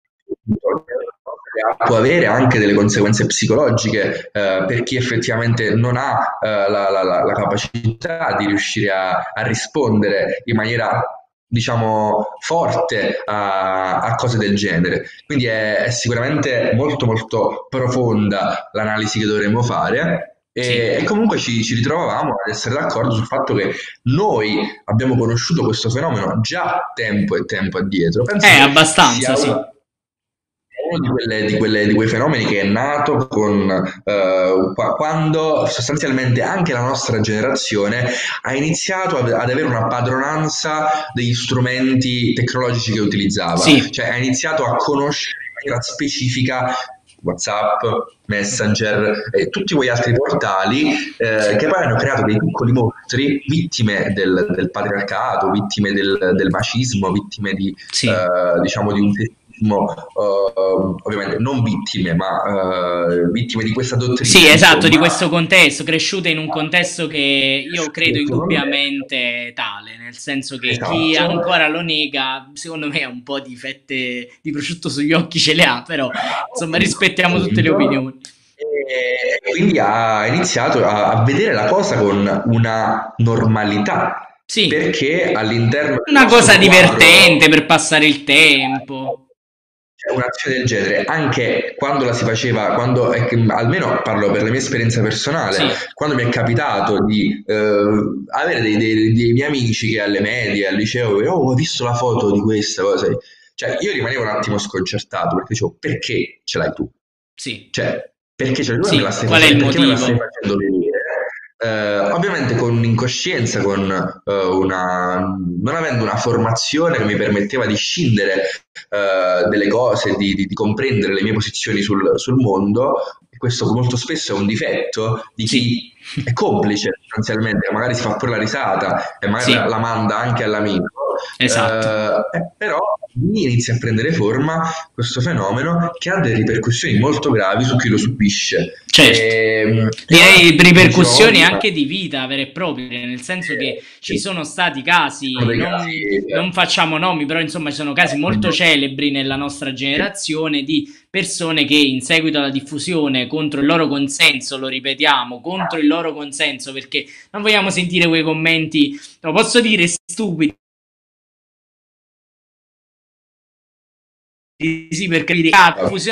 Può avere anche delle conseguenze psicologiche eh, per chi effettivamente non ha eh, la, la, la capacità di riuscire a, a rispondere in maniera diciamo forte a, a cose del genere. Quindi è, è sicuramente molto molto profonda l'analisi che dovremmo fare. E, sì. e comunque ci, ci ritrovavamo ad essere d'accordo sul fatto che noi abbiamo conosciuto questo fenomeno già tempo e tempo addietro. Penso eh, abbastanza, sì. Uno di, quelle, di, quelle, di quei fenomeni che è nato con uh, quando sostanzialmente anche la nostra generazione ha iniziato ad, ad avere una padronanza degli strumenti tecnologici che utilizzava. Sì. Cioè ha iniziato a conoscere in maniera specifica WhatsApp, Messenger e tutti quegli altri portali eh, che poi hanno creato dei piccoli mostri, vittime del, del patriarcato, vittime del, del macismo, vittime di, sì. eh, diciamo di un Uh, ovviamente non vittime ma uh, vittime di questa dottrina, sì esatto, insomma. Di questo contesto, cresciute in un contesto che io credo indubbiamente tale, nel senso che esatto. chi ancora lo nega secondo me ha un po' di fette di prosciutto sugli occhi, ce le ha, però insomma rispettiamo tutte le opinioni. E quindi ha iniziato a, a vedere la cosa con una normalità, sì. perché all'interno una cosa divertente quadro, per passare il tempo, un'azione del genere, anche quando la si faceva, quando è che, almeno parlo per la mia esperienza personale, sì. quando mi è capitato di eh, avere dei, dei, dei miei amici che alle medie, al liceo, oh, ho visto la foto di questa cosa, cioè io rimanevo un attimo sconcertato perché dicevo, perché ce l'hai tu? Sì. Cioè, perché ce l'hai tu? Sì. Me la stai Qual facendo, è il perché motivo? me la stai facendo vedere? Uh, ovviamente con incoscienza, con uh, una non avendo una formazione che mi permetteva di scindere uh, delle cose, di, di, di comprendere le mie posizioni sul, sul mondo. Questo molto spesso è un difetto di chi sì. è complice sostanzialmente, magari si fa pure la risata e magari sì. la, la manda anche all'amico. Esatto. Uh, eh, però inizia a prendere forma questo fenomeno che ha delle ripercussioni molto gravi su chi lo subisce. Certo. E, direi ripercussioni anche di vita vere e proprie, nel senso che ci sono stati casi, non, casi, non facciamo nomi, però insomma ci sono casi molto celebri nella nostra generazione di persone che in seguito alla diffusione contro il loro consenso, lo ripetiamo, contro il loro consenso, perché non vogliamo sentire quei commenti, lo posso dire, stupidi. Sì, perché la diffusione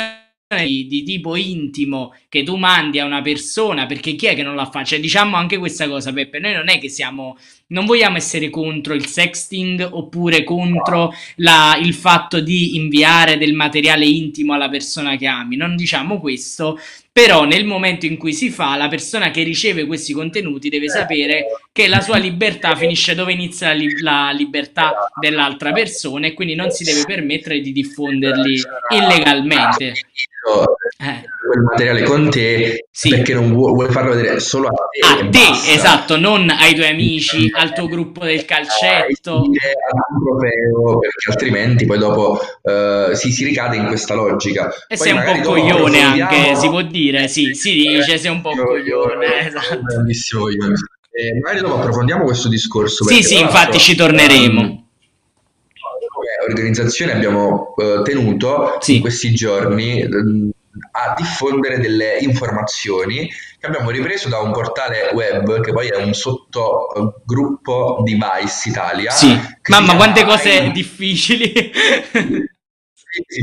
di, di tipo intimo che tu mandi a una persona, perché chi è che non la fa? Cioè, diciamo anche questa cosa, Peppe, noi non è che siamo, non vogliamo essere contro il sexting oppure contro la, il fatto di inviare del materiale intimo alla persona che ami, non diciamo questo, però nel momento in cui si fa, la persona che riceve questi contenuti deve sapere che la sua libertà finisce dove inizia la, li- la libertà dell'altra persona, e quindi non si deve permettere di diffonderli illegalmente. Eh. Quel materiale con te, sì, perché non vuoi, vuoi farlo vedere solo a te. A te, basta. Esatto, non ai tuoi amici, al tuo gruppo del calcetto. Trofeo, perché altrimenti poi dopo uh, si, si ricade in questa logica. E poi sei un po' coglione anche, si può dire, sì, si dice sei un po' coglione, esatto. Grandissimo coglione. Eh, magari dopo approfondiamo questo discorso. Sì, sì, infatti ci torneremo. Um, organizzazione abbiamo uh, tenuto sì. in questi giorni uh, a diffondere delle informazioni che abbiamo ripreso da un portale web che poi è un sottogruppo di Vice Italia. Sì, mamma quante cose I... difficili. Sì, sì,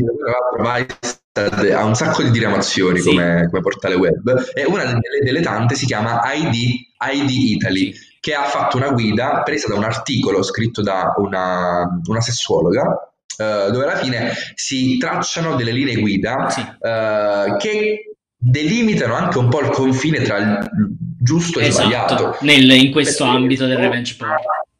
Vice ha un sacco di diramazioni sì. come, come portale web, e una delle, delle tante si chiama I D, I D Italy, sì. che ha fatto una guida presa da un articolo scritto da una, una sessuologa, Uh, dove alla fine si tracciano delle linee guida sì. uh, che delimitano anche un po' il confine tra il giusto e esatto. sbagliato Nel, in questo Perché, ambito del revenge porn.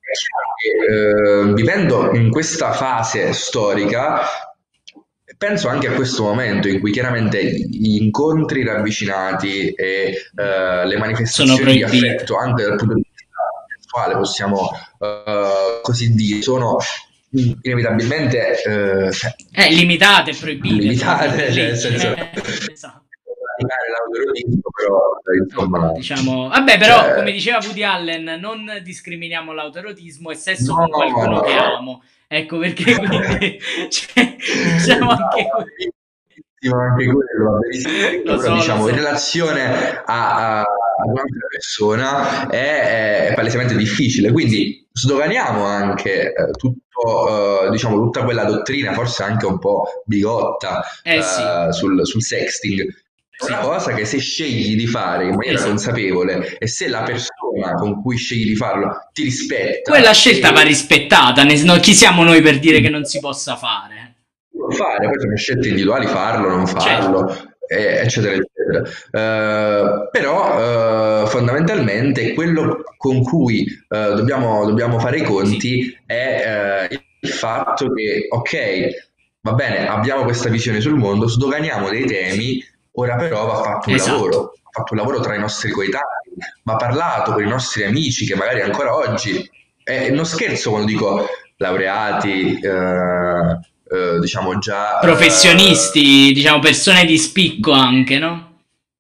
Uh, vivendo in questa fase storica, penso anche a questo momento in cui chiaramente gli incontri ravvicinati e uh, le manifestazioni di affetto anche dal punto di vista sessuale, possiamo uh, così dire, sono inevitabilmente eh, eh, limitate, proibite, limitate, cioè, nel senso eh, esatto. l'autoerotismo, però insomma, diciamo, vabbè, però cioè, come diceva Woody Allen, non discriminiamo l'autoerotismo e sesso no, con qualcuno no, che amo, ecco perché quindi cioè, diciamo anche anche quello va benissimo, però so, diciamo so. in relazione a, a un'altra persona è, è palesemente difficile, quindi sdoganiamo anche eh, tutto, eh, diciamo, tutta quella dottrina, forse anche un po' bigotta eh, sì. eh, sul, sul sexting. È una cosa che se scegli di fare in maniera esatto. consapevole, e se la persona con cui scegli di farlo ti rispetta, quella scelta e... va rispettata, no, chi siamo noi per dire che non si possa fare? fare, poi sono scelte individuali, farlo, non farlo, certo. eh, eccetera eccetera, uh, però uh, fondamentalmente quello con cui uh, dobbiamo, dobbiamo fare i conti sì. è uh, il fatto che ok, va bene, abbiamo questa visione sul mondo, sdoganiamo dei temi, ora però va fatto un esatto. lavoro, va fatto un lavoro tra i nostri coetanei, va parlato con i nostri amici che magari ancora oggi, eh, non scherzo quando dico laureati, uh, Uh, diciamo già professionisti, uh, diciamo persone di spicco anche, no?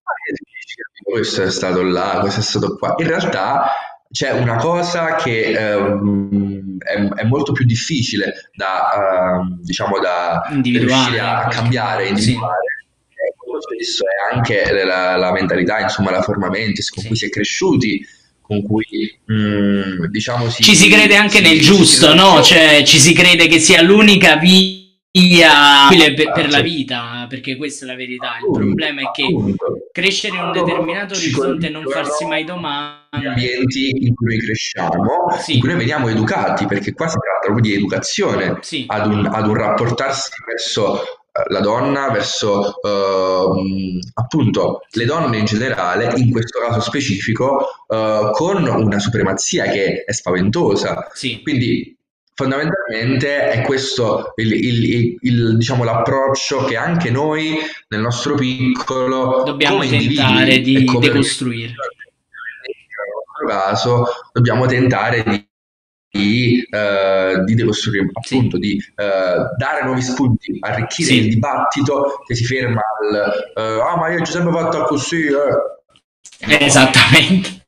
Questo è stato là, questo è stato qua. In realtà c'è una cosa che um, è, è molto più difficile da uh, diciamo da riuscire a cambiare, individuare. Sì. Molto spesso è anche la, la mentalità, insomma, la forma mentis con sì. cui si è cresciuti, con cui mh, diciamo si, ci si crede anche si, nel giusto, no? Cioè ci si crede che sia l'unica via per, per la vita, perché questa è la verità. Il problema è che crescere in un determinato orizzonte e non farsi mai domande, gli ambienti in cui noi cresciamo, sì. in cui noi veniamo educati, perché qua si tratta proprio di educazione, sì. ad, un, ad un rapportarsi verso la donna, verso uh, appunto le donne in generale, in questo caso specifico, uh, con una supremazia che è spaventosa. Sì. Quindi fondamentalmente è questo il, il, il, il, diciamo, l'approccio che anche noi nel nostro piccolo dobbiamo tentare di decostruire. Nel nostro caso dobbiamo tentare di Di, uh, di decostruire, appunto, sì. di uh, dare nuovi spunti, arricchire sì. il dibattito che si ferma al uh, ah ma io ci ho sempre fatto così eh. esattamente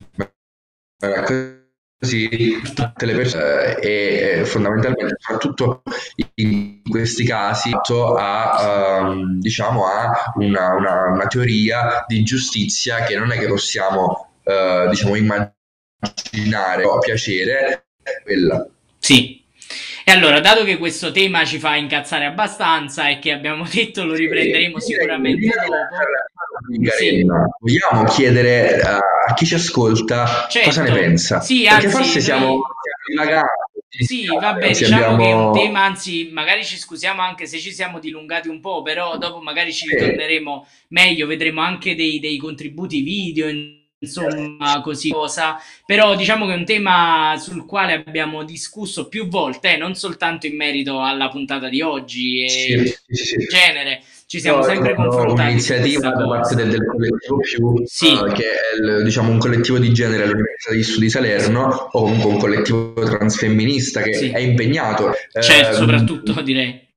così tutte le persone eh, e fondamentalmente soprattutto in questi casi a um, diciamo a una, una, una teoria di giustizia che non è che possiamo uh, diciamo immaginare o piacere quella. Sì, E allora, dato che questo tema ci fa incazzare abbastanza e che abbiamo detto lo riprenderemo Sì, direi che sicuramente prima di dopo, lasciare sì, Garena, vogliamo chiedere a, a chi ci ascolta cosa ne certo, pensa, sì, perché anzi, forse siamo noi siamo divagati, sì, iniziale, vabbè, se diciamo che è un abbiamo... tema, anzi, magari ci scusiamo anche se ci siamo dilungati un po', però dopo magari ci Sì, ritorneremo meglio, vedremo anche dei, dei contributi video, insomma, così cosa. Però diciamo che è un tema sul quale abbiamo discusso più volte, eh, non soltanto in merito alla puntata di oggi e sì, in sì, sì, sì. genere, ci siamo Io sempre ricordo confrontati su un'iniziativa questa da parte del, cosa. del collettivo Più, Sì, eh, che è il- diciamo, un collettivo di genere all'Università di Studi di Salerno, o comunque un collettivo transfemminista che è sì, impegnato certo, ehm, soprattutto direi.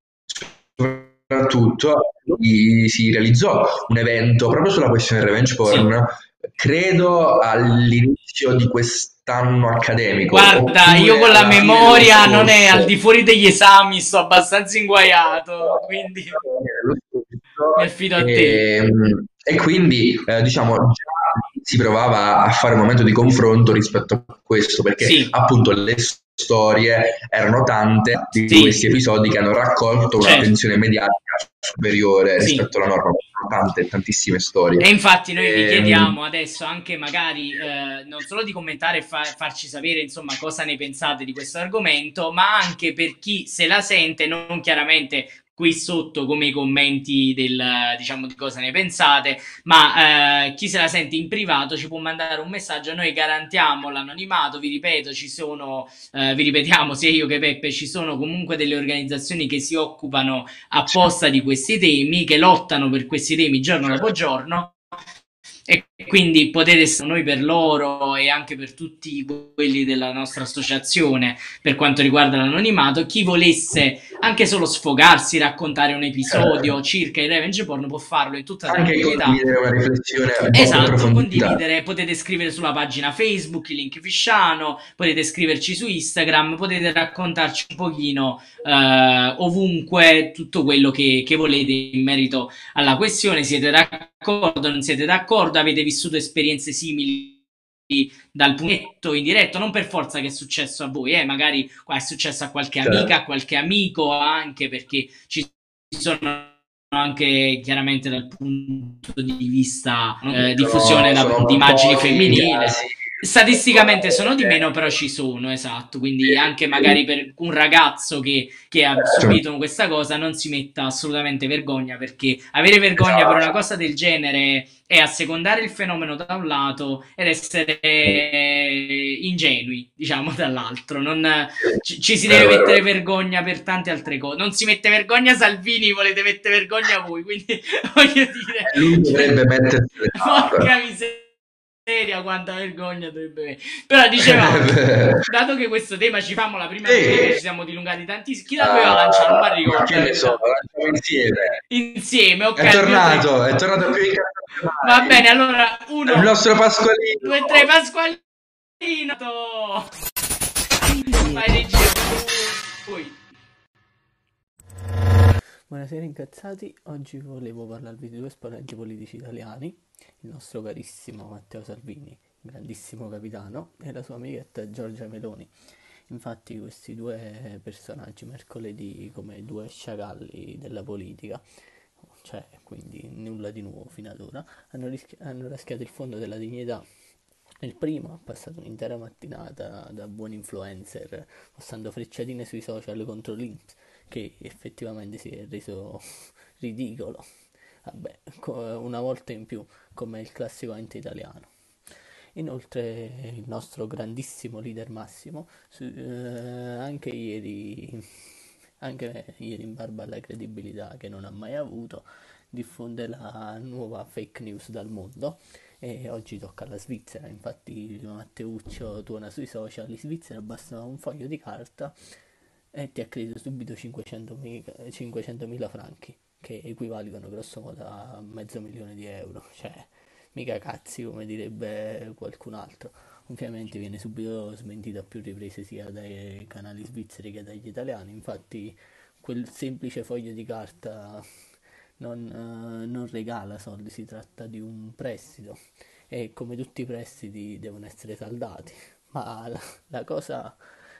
soprattutto si, si realizzò un evento proprio sulla questione revenge Sì. porn, credo all'inizio di quest'anno accademico, Guarda, io oppure con la alla fine dello memoria non è al scorso. di fuori degli esami, sto abbastanza inguaiato, quindi Dello mi scorso, affido a te. e, e quindi eh, diciamo già si provava a fare un momento di confronto rispetto a questo, perché Sì, appunto le storie erano tante di questi sì, episodi che hanno raccolto certo, un'attenzione mediatica superiore sì. rispetto alla norma. Sono tante, tantissime storie. E infatti noi vi Ehm, chiediamo adesso anche magari eh, non solo di commentare e fa- farci sapere insomma cosa ne pensate di questo argomento, ma anche per chi se la sente, non chiaramente qui sotto come i commenti del, diciamo, di cosa ne pensate, ma eh, chi se la sente in privato ci può mandare un messaggio, noi garantiamo l'anonimato, vi ripeto, ci sono, eh, vi ripetiamo sia io che Peppe, ci sono comunque delle organizzazioni che si occupano apposta di questi temi, che lottano per questi temi giorno dopo giorno e quindi potete essere noi per loro e anche per tutti quelli della nostra associazione per quanto riguarda l'anonimato. Chi volesse anche solo sfogarsi, raccontare un episodio circa il revenge porn può farlo in tutta anche tranquillità. condividere una riflessione un po' più Esatto, approfondita. condividere, potete scrivere sulla pagina Facebook, il link Fisciano, potete scriverci su Instagram, potete raccontarci un pochino eh, ovunque tutto quello che, che volete in merito alla questione. Siete d'accordo, non siete d'accordo, avete vissuto esperienze simili dal punto in diretto, non per forza che è successo a voi, eh, magari è successo a qualche Certo. amica, a qualche amico, anche perché ci sono anche chiaramente dal punto di vista eh, diffusione Sono, da- sono di immagini pochi i femminili. casi. Statisticamente sono di meno, però ci sono, esatto. Quindi anche magari per un ragazzo che, che ha Certo, subito questa cosa non si metta assolutamente vergogna, perché avere vergogna per una esatto. cosa del genere è assecondare il fenomeno da un lato ed essere ingenui, diciamo, dall'altro. Non, ci, ci si deve Vero, vero, mettere vero. vergogna per tante altre cose. Non si mette vergogna Salvini, volete mettere vergogna voi. Quindi voglio dire, E lui cioè, dovrebbe mettersi le tappe. porca miseria, quanta vergogna dovrebbe avere. Però dicevamo, dato che questo tema ci famo la prima rubrica, ci Sì, siamo dilungati tantissimo. Chi la doveva lanciare? Non mi ah, ma ricordo che in ne so, realtà. lo lanciamo insieme. Insieme, ok, È al mio tre. tornato, è tornato più incazzato che Va bene, mai. allora, È il uno, nostro Pasqualino. due, tre, Pasqualino. to- Vai regia, poi. Buonasera incazzati, oggi volevo parlarvi di due esponenti politici italiani, il nostro carissimo Matteo Salvini, grandissimo capitano, e la sua amichetta Giorgia Meloni. Infatti questi due personaggi mercoledì come due sciacalli della politica, cioè quindi nulla di nuovo fino ad ora, hanno, rischi- hanno raschiato il fondo della dignità. Il primo ha passato un'intera mattinata da buon influencer postando frecciatine sui social contro l'I N P S, che effettivamente si è reso ridicolo. Vabbè, co- una volta in più, come il classico ente italiano. Inoltre il nostro grandissimo leader Massimo, su- eh, anche ieri, anche ieri in barba alla credibilità che non ha mai avuto, diffonde la nuova fake news dal mondo e oggi tocca alla Svizzera. Infatti Matteuccio tuona sui social: in Svizzera basta un foglio di carta e ti accredito subito cinquecentomila franchi, che equivalgono grosso modo a mezzo milione di euro, cioè mica cazzi, come direbbe qualcun altro. Ovviamente viene subito smentito a più riprese sia dai canali svizzeri che dagli italiani. Infatti quel semplice foglio di carta non, eh, non regala soldi, si tratta di un prestito e come tutti i prestiti devono essere saldati. Ma la, la cosa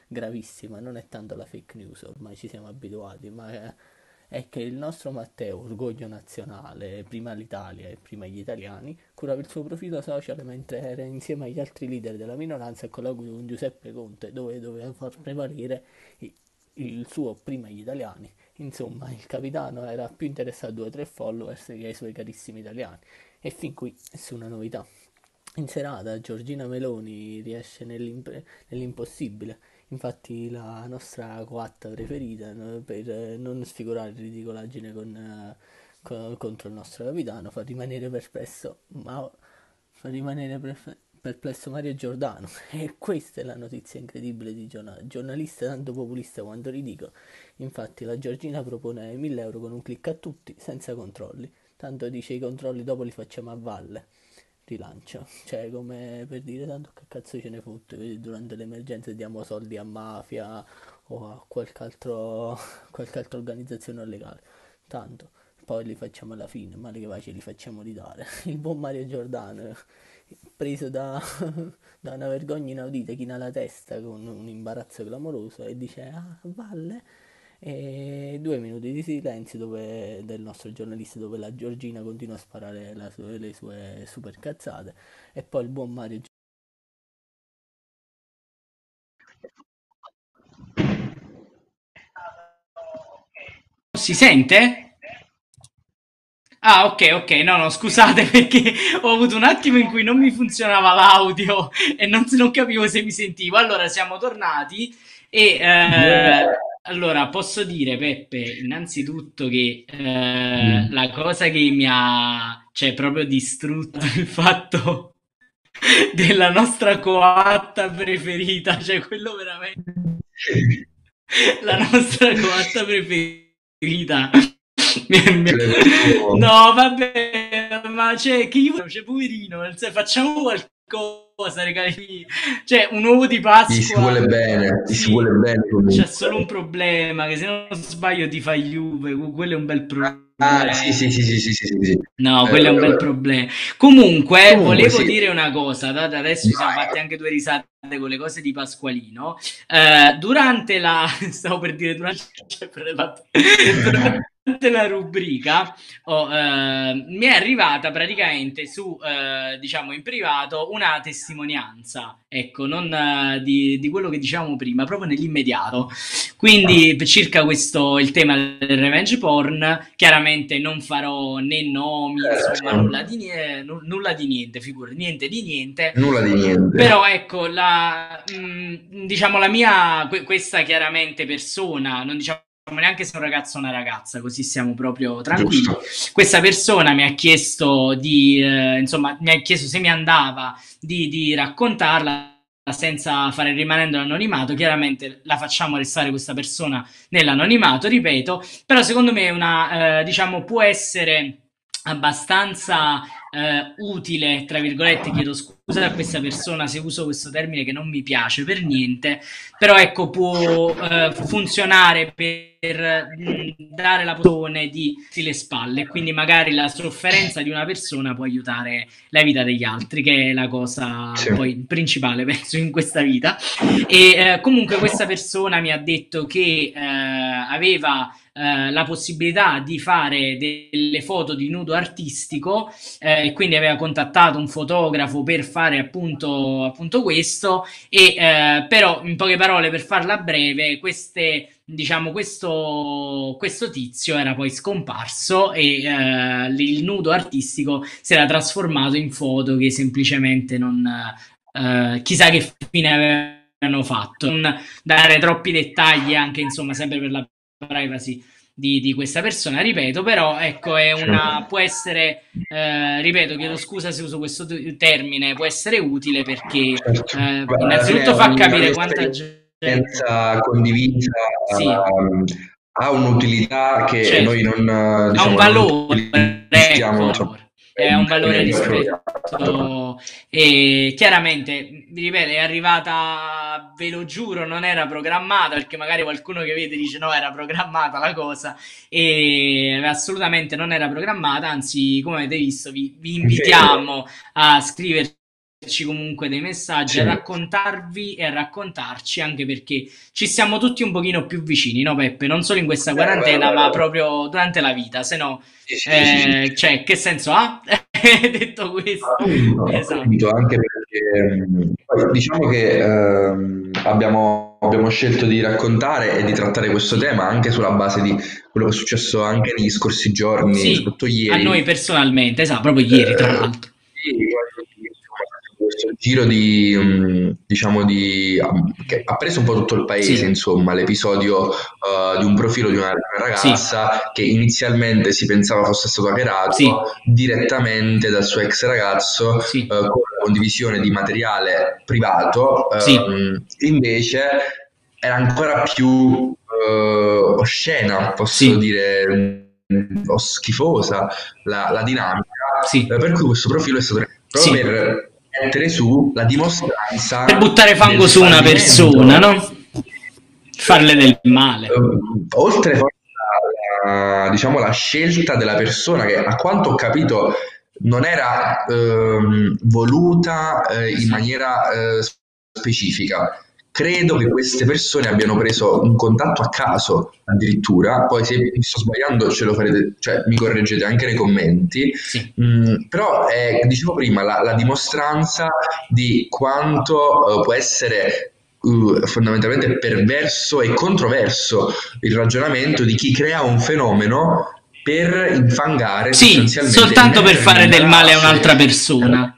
gravissima non è tanto la fake news, ormai ci siamo abituati, ma è, è che il nostro Matteo, orgoglio nazionale, prima l'Italia e prima gli italiani, curava il suo profilo social mentre era insieme agli altri leader della minoranza e colloquio con Giuseppe Conte, dove doveva far prevalere i- il suo prima gli italiani. Insomma, il capitano era più interessato a due o tre followers che ai suoi carissimi italiani. E fin qui nessuna novità. In serata Giorgina Meloni riesce nell'imp- nell'impossibile. Infatti la nostra coatta preferita, no, per eh, non sfigurare ridicolaggine con, eh, co- contro il nostro capitano, fa rimanere perplesso, ma fa rimanere perfe- perplesso Mario Giordano. E questa è la notizia incredibile di giornale. Giornalista tanto populista quanto ridicolo. Infatti la Giorgina propone mille euro con un click a tutti, senza controlli. Tanto dice i controlli dopo li facciamo a valle. Rilancio, cioè come per dire tanto che cazzo ce ne fotte, durante l'emergenza diamo soldi a mafia o a qualche altro, qualche altra organizzazione illegale, tanto poi li facciamo alla fine, male che va ce li facciamo ridare. Il buon Mario Giordano, preso da, da una vergogna inaudita, china la testa con un imbarazzo clamoroso e dice ah valle. E due minuti di silenzio dove, del nostro giornalista, dove la Giorgina continua a sparare la sue- le sue super cazzate e poi il buon Mario. Si sente? Ah, ok, ok, no, no, scusate perché ho avuto un attimo in cui non mi funzionava l'audio e non, non capivo se mi sentivo. Allora, siamo tornati e eh, allora posso dire, Peppe, innanzitutto che eh, la cosa che mi ha, cioè, proprio distrutto il fatto della nostra coatta preferita, cioè quello veramente, la nostra coatta preferita. Mi- mi- No, vabbè, ma c'è che io c'è poverino, nel senso, facciamo qualcosa, regali, cioè un uovo di Gli si vuole Pasqua. bene, gli si Sì, vuole bene c'è comunque. solo un problema, che se non sbaglio ti fa Juve, quello è un bel Ah, sì, problema. sì, sì, sì, sì, sì, sì, sì. No, quello è Vero, un vero, bel vero. problema. Comunque, Comunque, volevo sì. dire una cosa, dato adesso ci siamo fatti Vai. anche due risate con le cose di Pasqualino. Eh, durante la, stavo per dire, durante, durante la rubrica, oh, eh, mi è arrivata praticamente su, eh, diciamo, in privato una testimonianza, ecco, non eh, di, di quello che dicevamo prima, proprio nell'immediato. Quindi, circa questo, il tema del revenge porn, chiaramente non farò né nomi, insomma, Certo. nulla di, nie- nu- nulla di niente, figura, niente di niente. Nulla di niente. Però ecco, la, mh, diciamo la mia, que- questa chiaramente persona, non diciamo neanche se è un ragazzo o una ragazza, così siamo proprio tranquilli. Giusto. Questa persona mi ha chiesto di, eh, insomma, mi ha chiesto se mi andava di, di raccontarla senza fare rimanendo l'anonimato. Chiaramente la facciamo restare questa persona nell'anonimato, ripeto, però secondo me una, eh, diciamo, può essere abbastanza eh, utile, tra virgolette, chiedo scusa a questa persona se uso questo termine che non mi piace per niente, però ecco può eh, funzionare per mh, dare la posizione di le spalle, quindi magari la sofferenza di una persona può aiutare la vita degli altri, che è la cosa Sì. poi principale penso in questa vita. E eh, comunque questa persona mi ha detto che eh, aveva eh, la possibilità di fare delle foto di nudo artistico eh, e quindi aveva contattato un fotografo per fare appunto, appunto questo e eh, però in poche parole, per farla breve, queste diciamo questo, questo tizio era poi scomparso e eh, il nudo artistico si era trasformato in foto che semplicemente non eh, chissà che fine avevano fatto. Non dare troppi dettagli anche insomma sempre per la privacy di, di questa persona, ripeto, però ecco è una, può essere eh, ripeto, chiedo scusa se uso questo t- termine, può essere utile perché Certo. eh, Beh, alla fine innanzitutto fa una capire mia quanta gente. esperienza condivisa Sì, um, ha un'utilità che certo, noi non, ha un diciamo, non valore, utilizziamo, insomma, ecco, è è un un valore termine proprio. rispetto e chiaramente, vi ripeto, è arrivata, ve lo giuro, non era programmata, perché magari qualcuno che vede dice no, era programmata la cosa e assolutamente non era programmata, anzi, come avete visto, vi, vi invitiamo a scriverci comunque dei messaggi, Sì. a raccontarvi e a raccontarci, anche perché ci siamo tutti un pochino più vicini, no Peppe? Non solo in questa quarantena, vero, ma vero. proprio durante la vita, se no, Sì, sì, sì, eh, sì. cioè, che senso ha? Detto questo, Appunto, esatto. appunto, anche perché mh, poi diciamo che ehm, abbiamo, abbiamo scelto di raccontare e di trattare questo Sì. tema anche sulla base di quello che è successo anche negli scorsi giorni, Sì, soprattutto a ieri. noi personalmente, esatto, proprio ieri, tra Eh, l'altro. sì, voglio dire, insomma, questo giro di, mh, diciamo, di, che ha preso un po' tutto il paese, Sì, insomma, l'episodio eh, di un profilo di una, una sì, ragazza che inizialmente si pensava fosse stato hackerato sì, direttamente dal suo ex ragazzo sì, eh, con la condivisione di materiale privato, sì, ehm, invece era ancora più eh, oscena, posso sì, dire, mh, o schifosa la, la dinamica, sì, eh, per cui questo profilo è stato proprio sì. per mettere su la Per dimostranza buttare del fango su una persona, fallimento. no? Farle del male. Eh, oltre forse alla, diciamo, la scelta della persona che a quanto ho capito non era ehm, voluta eh, in Sì, maniera eh, specifica. Credo che queste persone abbiano preso un contatto a caso addirittura, poi se mi sto sbagliando ce lo farete, cioè mi correggete anche nei commenti. sì, Mm, però è, dicevo prima, la, la dimostranza di quanto eh, può essere uh, fondamentalmente perverso e controverso il ragionamento di chi crea un fenomeno per infangare sì, sostanzialmente, soltanto per mettere in fare del male a imbarazzo un'altra e persona.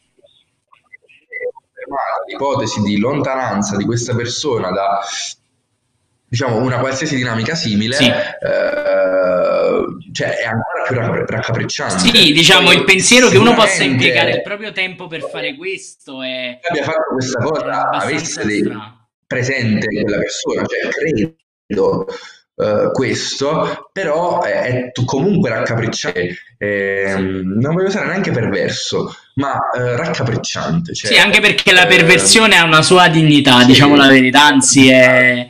confermata l'ipotesi di lontananza di questa persona da, diciamo, una qualsiasi dinamica simile, Sì, eh, cioè è ancora più raccapre- raccapricciante. sì, diciamo, il Poi pensiero che uno possa impiegare il sicuramente proprio tempo per fare questo è, abbia fatto questa è cosa avesse abbastanza dei- strano. presente quella persona, cioè credo eh, questo, però è, è tu- comunque raccapricciante. Ehm, non voglio usare neanche perverso, ma eh, raccapricciante. Sì, Cioè, anche perché la ehm, perversione ha una sua dignità, diciamo la sì, verità, anzi è...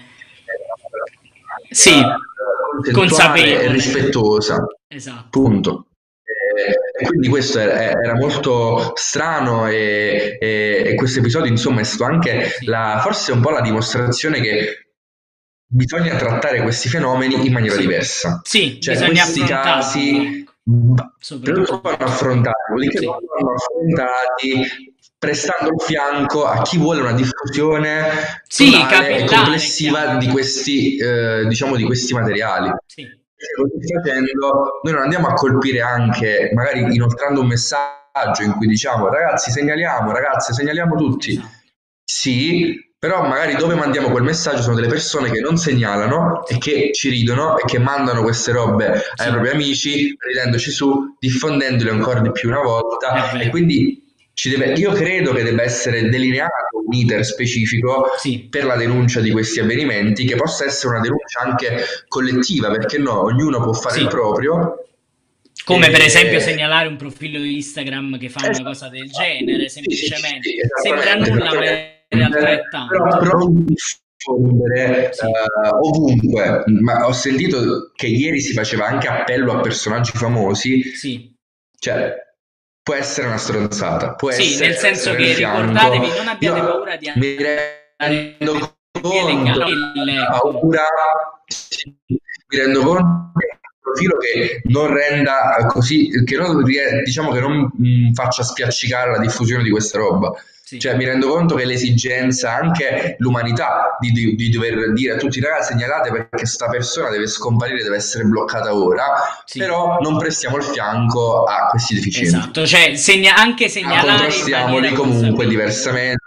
Sì, consensuale e consapevole. rispettosa, Esatto. punto. Eh, E quindi questo era, era molto strano e, e- e questo episodio insomma è stato anche Sì, la, forse un po' la dimostrazione che bisogna trattare questi fenomeni in maniera sì. diversa. Sì, Cioè bisogna questi affrontarli, casi ecco, mh, prima di tutto soprattutto. vanno affrontati, dopodiché Sì, vanno affrontati prestando il fianco a chi vuole una diffusione sì, totale e capillare, è complessiva chiaro. di questi, eh, diciamo, di questi materiali. Sì, E così facendo, noi non andiamo a colpire anche, magari inoltrando un messaggio in cui diciamo ragazzi segnaliamo, ragazze segnaliamo tutti. esatto. Sì, però magari dove mandiamo quel messaggio sono delle persone che non segnalano e Sì, che ci ridono e che mandano queste robe ai sì, propri amici, ridendoci su, diffondendole ancora di più una è volta e vero. quindi ci deve, io credo che debba essere delineato un iter specifico Sì, per la denuncia di questi avvenimenti, che possa essere una denuncia anche collettiva, perché no, ognuno può fare il sì. proprio. Come per esempio E... segnalare un profilo di Instagram che fa una Esatto. cosa del genere, Sì, sì, sì, semplicemente. sì, Sembra esattamente, nulla, ma in realtà è però, tanto. però non diffondere Sì, eh, ovunque. Ma ho sentito che ieri si faceva anche appello a personaggi famosi, sì. cioè può essere una stronzata, può Sì, essere nel senso essere nel che fianco. ricordatevi, non abbiate Io paura di mi andare rendo per vie conto legali, la ecco. paura, sì, mi rendo conto che è un profilo che non renda così, che non, rie- diciamo che non mh, faccia spiaccicare la diffusione di questa roba. Sì, Cioè mi rendo conto che l'esigenza, anche l'umanità di, di- di dover dire a tutti i ragazzi segnalate perché sta persona deve scomparire, deve essere bloccata ora, sì, però non prestiamo il fianco a questi deficienti. esatto. Cioè, segna- anche Ma segnalare in contrastiamoli maniera comunque consapevole. diversamente,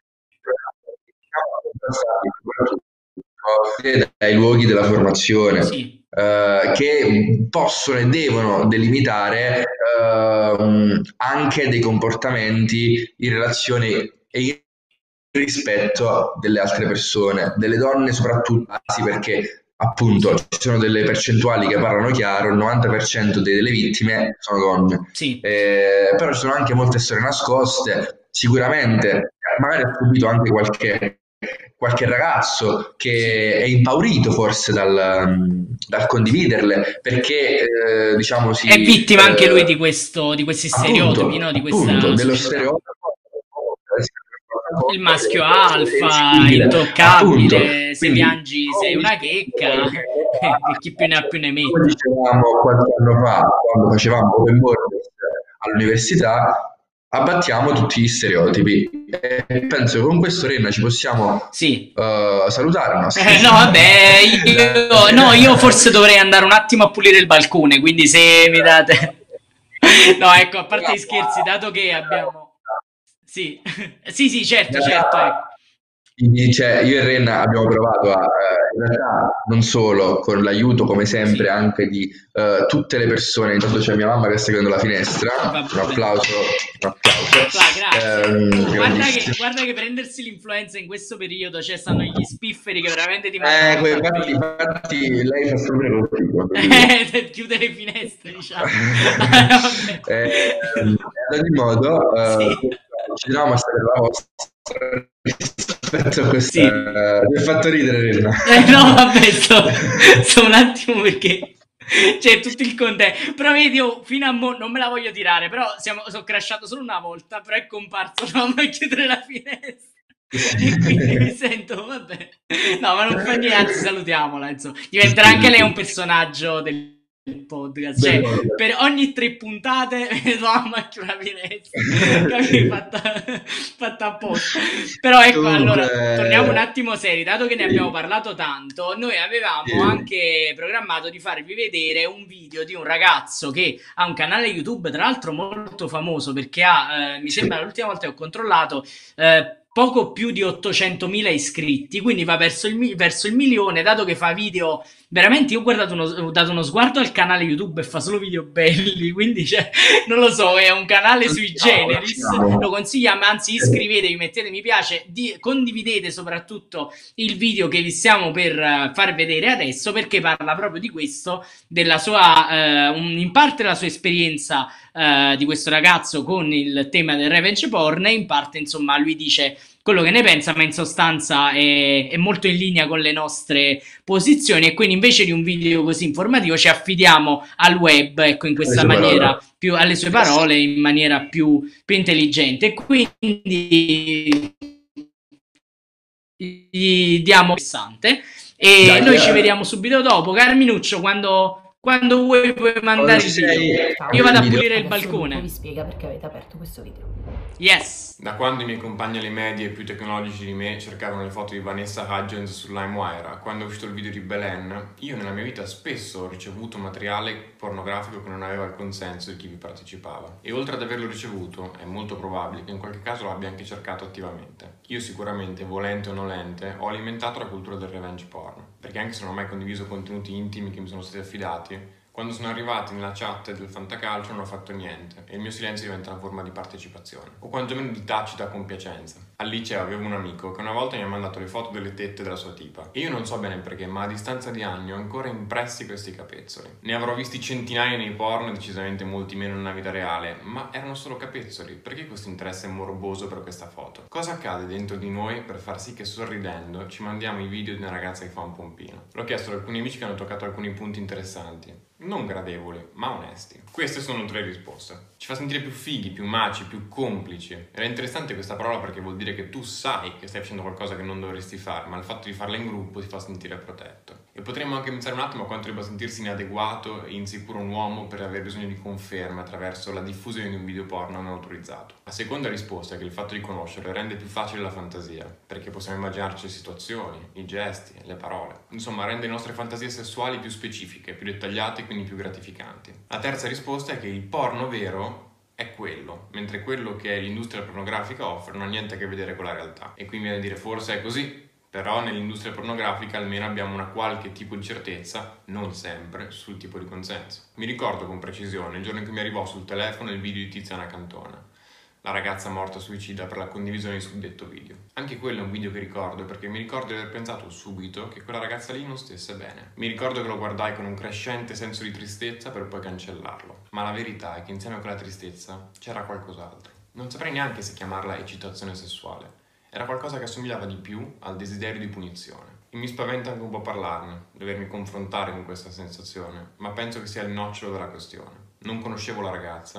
contrastarli soprattutto dai luoghi della formazione, Sì, eh, che possono e devono delimitare ehm, anche dei comportamenti in relazione e in rispetto delle altre persone, delle donne soprattutto, sì, perché appunto sì, ci sono delle percentuali che parlano chiaro, il novanta per cento delle vittime sono donne. sì, Eh, però ci sono anche molte storie nascoste, sicuramente magari ha subito anche qualche, qualche ragazzo sì. che è impaurito forse dal, dal condividerle perché eh, diciamo si È vittima anche lui eh, di questo, di questi appunto, stereotipi, no? Di appunto questa dello società. stereotipo il maschio alfa, intoccabile, se piangi sei una checca, e chi più ne ha più ne Come mette. dicevamo qualche anno fa, quando facevamo open borders all'università, abbattiamo tutti gli stereotipi e penso che con questo, Renna, ci possiamo Sì. uh, salutare. No? Eh, no, vabbè, io, no, io forse dovrei andare un attimo a pulire il balcone, quindi se mi date... No, ecco, a parte gli scherzi, dato che abbiamo... Sì, sì, sì, certo, certo, ecco. Cioè, io e Renna abbiamo provato a, eh, in realtà, non solo con l'aiuto, come sempre, Sì. anche di eh, tutte le persone. Intanto c'è mia mamma che sta chiudendo la finestra. Vabbè. Un applauso, un applauso. Ah, grazie. Ehm, Oh, guarda, che, grandissimo. guarda che prendersi l'influenza in questo periodo, cioè stanno gli spifferi che veramente ti Eh, mandano que- a far infatti, bene. infatti lei fa sempre così. quando dice. Eh, chiude le finestre, diciamo. Vabbè. Eh, ad ogni modo, eh, Sì. ci diamo a stare la vostra rispetto a questa. Sì. eh, mi ha fatto ridere, Renna. Eh, no, vabbè, sto, sto un attimo perché c'è tutto il contesto. Però vedi, io fino a mo' non me la voglio tirare, però siamo, sono crashato solo una volta, però è comparso mamma a chiudere la finestra. E quindi mi sento, vabbè. No, ma non fa niente, anzi salutiamola, insomma. Diventerà anche lei un personaggio del podcast, cioè per ogni tre puntate mamma a chiudere la finestra. Capito? Fatta, fatta apposta. Però ecco, Comunque- allora, torniamo un attimo seri, dato che ne abbiamo parlato tanto, noi avevamo Sì. anche programmato di farvi vedere un video di un ragazzo che ha un canale YouTube, tra l'altro molto famoso, perché ha, eh, mi Sì. sembra l'ultima volta che ho controllato, eh, poco più di ottocentomila iscritti, quindi va verso il, mi- verso il milione, dato che fa video veramente. Io ho guardato uno, ho dato uno sguardo al canale YouTube e fa solo video belli, quindi cioè, non lo so, è un canale sui generis, lo consigliamo, anzi iscrivetevi, mettete mi piace, di, condividete soprattutto il video che vi stiamo per uh, far vedere adesso, perché parla proprio di questo, della sua, uh, un, in parte la sua esperienza uh, di questo ragazzo con il tema del revenge porn, e in parte insomma lui dice quello che ne pensa, ma in sostanza è, è molto in linea con le nostre posizioni, e quindi invece di un video così informativo ci affidiamo al web, ecco, in questa Alle sue maniera, parole. più alle sue parole, in maniera più, più intelligente, e quindi gli diamo interessante, e Dai, noi dai. ci vediamo subito dopo. Carminuccio, quando, quando vuoi puoi mandare il ci video. sei, Io vado a video. pulire il Adesso Lupo balcone. vi spiega perché avete aperto questo video. Yes. Da quando i miei compagni alle medie più tecnologici di me cercavano le foto di Vanessa Hudgens su LimeWire, a quando è uscito il video di Belen, io nella mia vita spesso ho ricevuto materiale pornografico che non aveva il consenso di chi vi partecipava. E oltre ad averlo ricevuto, è molto probabile che in qualche caso lo abbia anche cercato attivamente. Io sicuramente, volente o nolente, ho alimentato la cultura del revenge porn, perché anche se non ho mai condiviso contenuti intimi che mi sono stati affidati, quando sono arrivati nella chat del fantacalcio non ho fatto niente e il mio silenzio diventa una forma di partecipazione, o quantomeno di tacita compiacenza. Al liceo avevo un amico che una volta mi ha mandato le foto delle tette della sua tipa e io non so bene perché, ma a distanza di anni ho ancora impressi questi capezzoli. Ne avrò visti centinaia nei porno, decisamente molti meno nella vita reale, ma erano solo capezzoli. Perché questo interesse morboso per questa foto? Cosa accade dentro di noi per far sì che sorridendo ci mandiamo i video di una ragazza che fa un pompino? L'ho chiesto ad alcuni amici che hanno toccato alcuni punti interessanti. Non gradevoli, ma onesti. Queste sono tre risposte. Ci fa sentire più fighi, più maci, più complici. Era interessante questa parola perché vuol dire che tu sai che stai facendo qualcosa che non dovresti fare, ma il fatto di farla in gruppo ti fa sentire protetto. E potremmo anche pensare un attimo a quanto debba sentirsi inadeguato e insicuro un uomo per aver bisogno di conferme attraverso la diffusione di un video porno non autorizzato. La seconda risposta è che il fatto di conoscerlo rende più facile la fantasia, perché possiamo immaginarci le situazioni, i gesti, le parole. Insomma, rende le nostre fantasie sessuali più specifiche, più dettagliate e quindi più gratificanti. La terza risposta è che il porno vero è quello, mentre quello che l'industria pornografica offre non ha niente a che vedere con la realtà. E qui mi viene a dire forse è così, però nell'industria pornografica almeno abbiamo una qualche tipo di certezza, non sempre, sul tipo di consenso. Mi ricordo con precisione il giorno in cui mi arrivò sul telefono il video di Tiziana Cantona, la ragazza morta suicida per la condivisione di suddetto video. Anche quello è un video che ricordo perché mi ricordo di aver pensato subito che quella ragazza lì non stesse bene. Mi ricordo che lo guardai con un crescente senso di tristezza per poi cancellarlo. Ma la verità è che insieme a quella tristezza c'era qualcos'altro. Non saprei neanche se chiamarla eccitazione sessuale. Era qualcosa che assomigliava di più al desiderio di punizione. E mi spaventa anche un po' parlarne, dovermi confrontare con questa sensazione, ma penso che sia il nocciolo della questione. Non conoscevo la ragazza,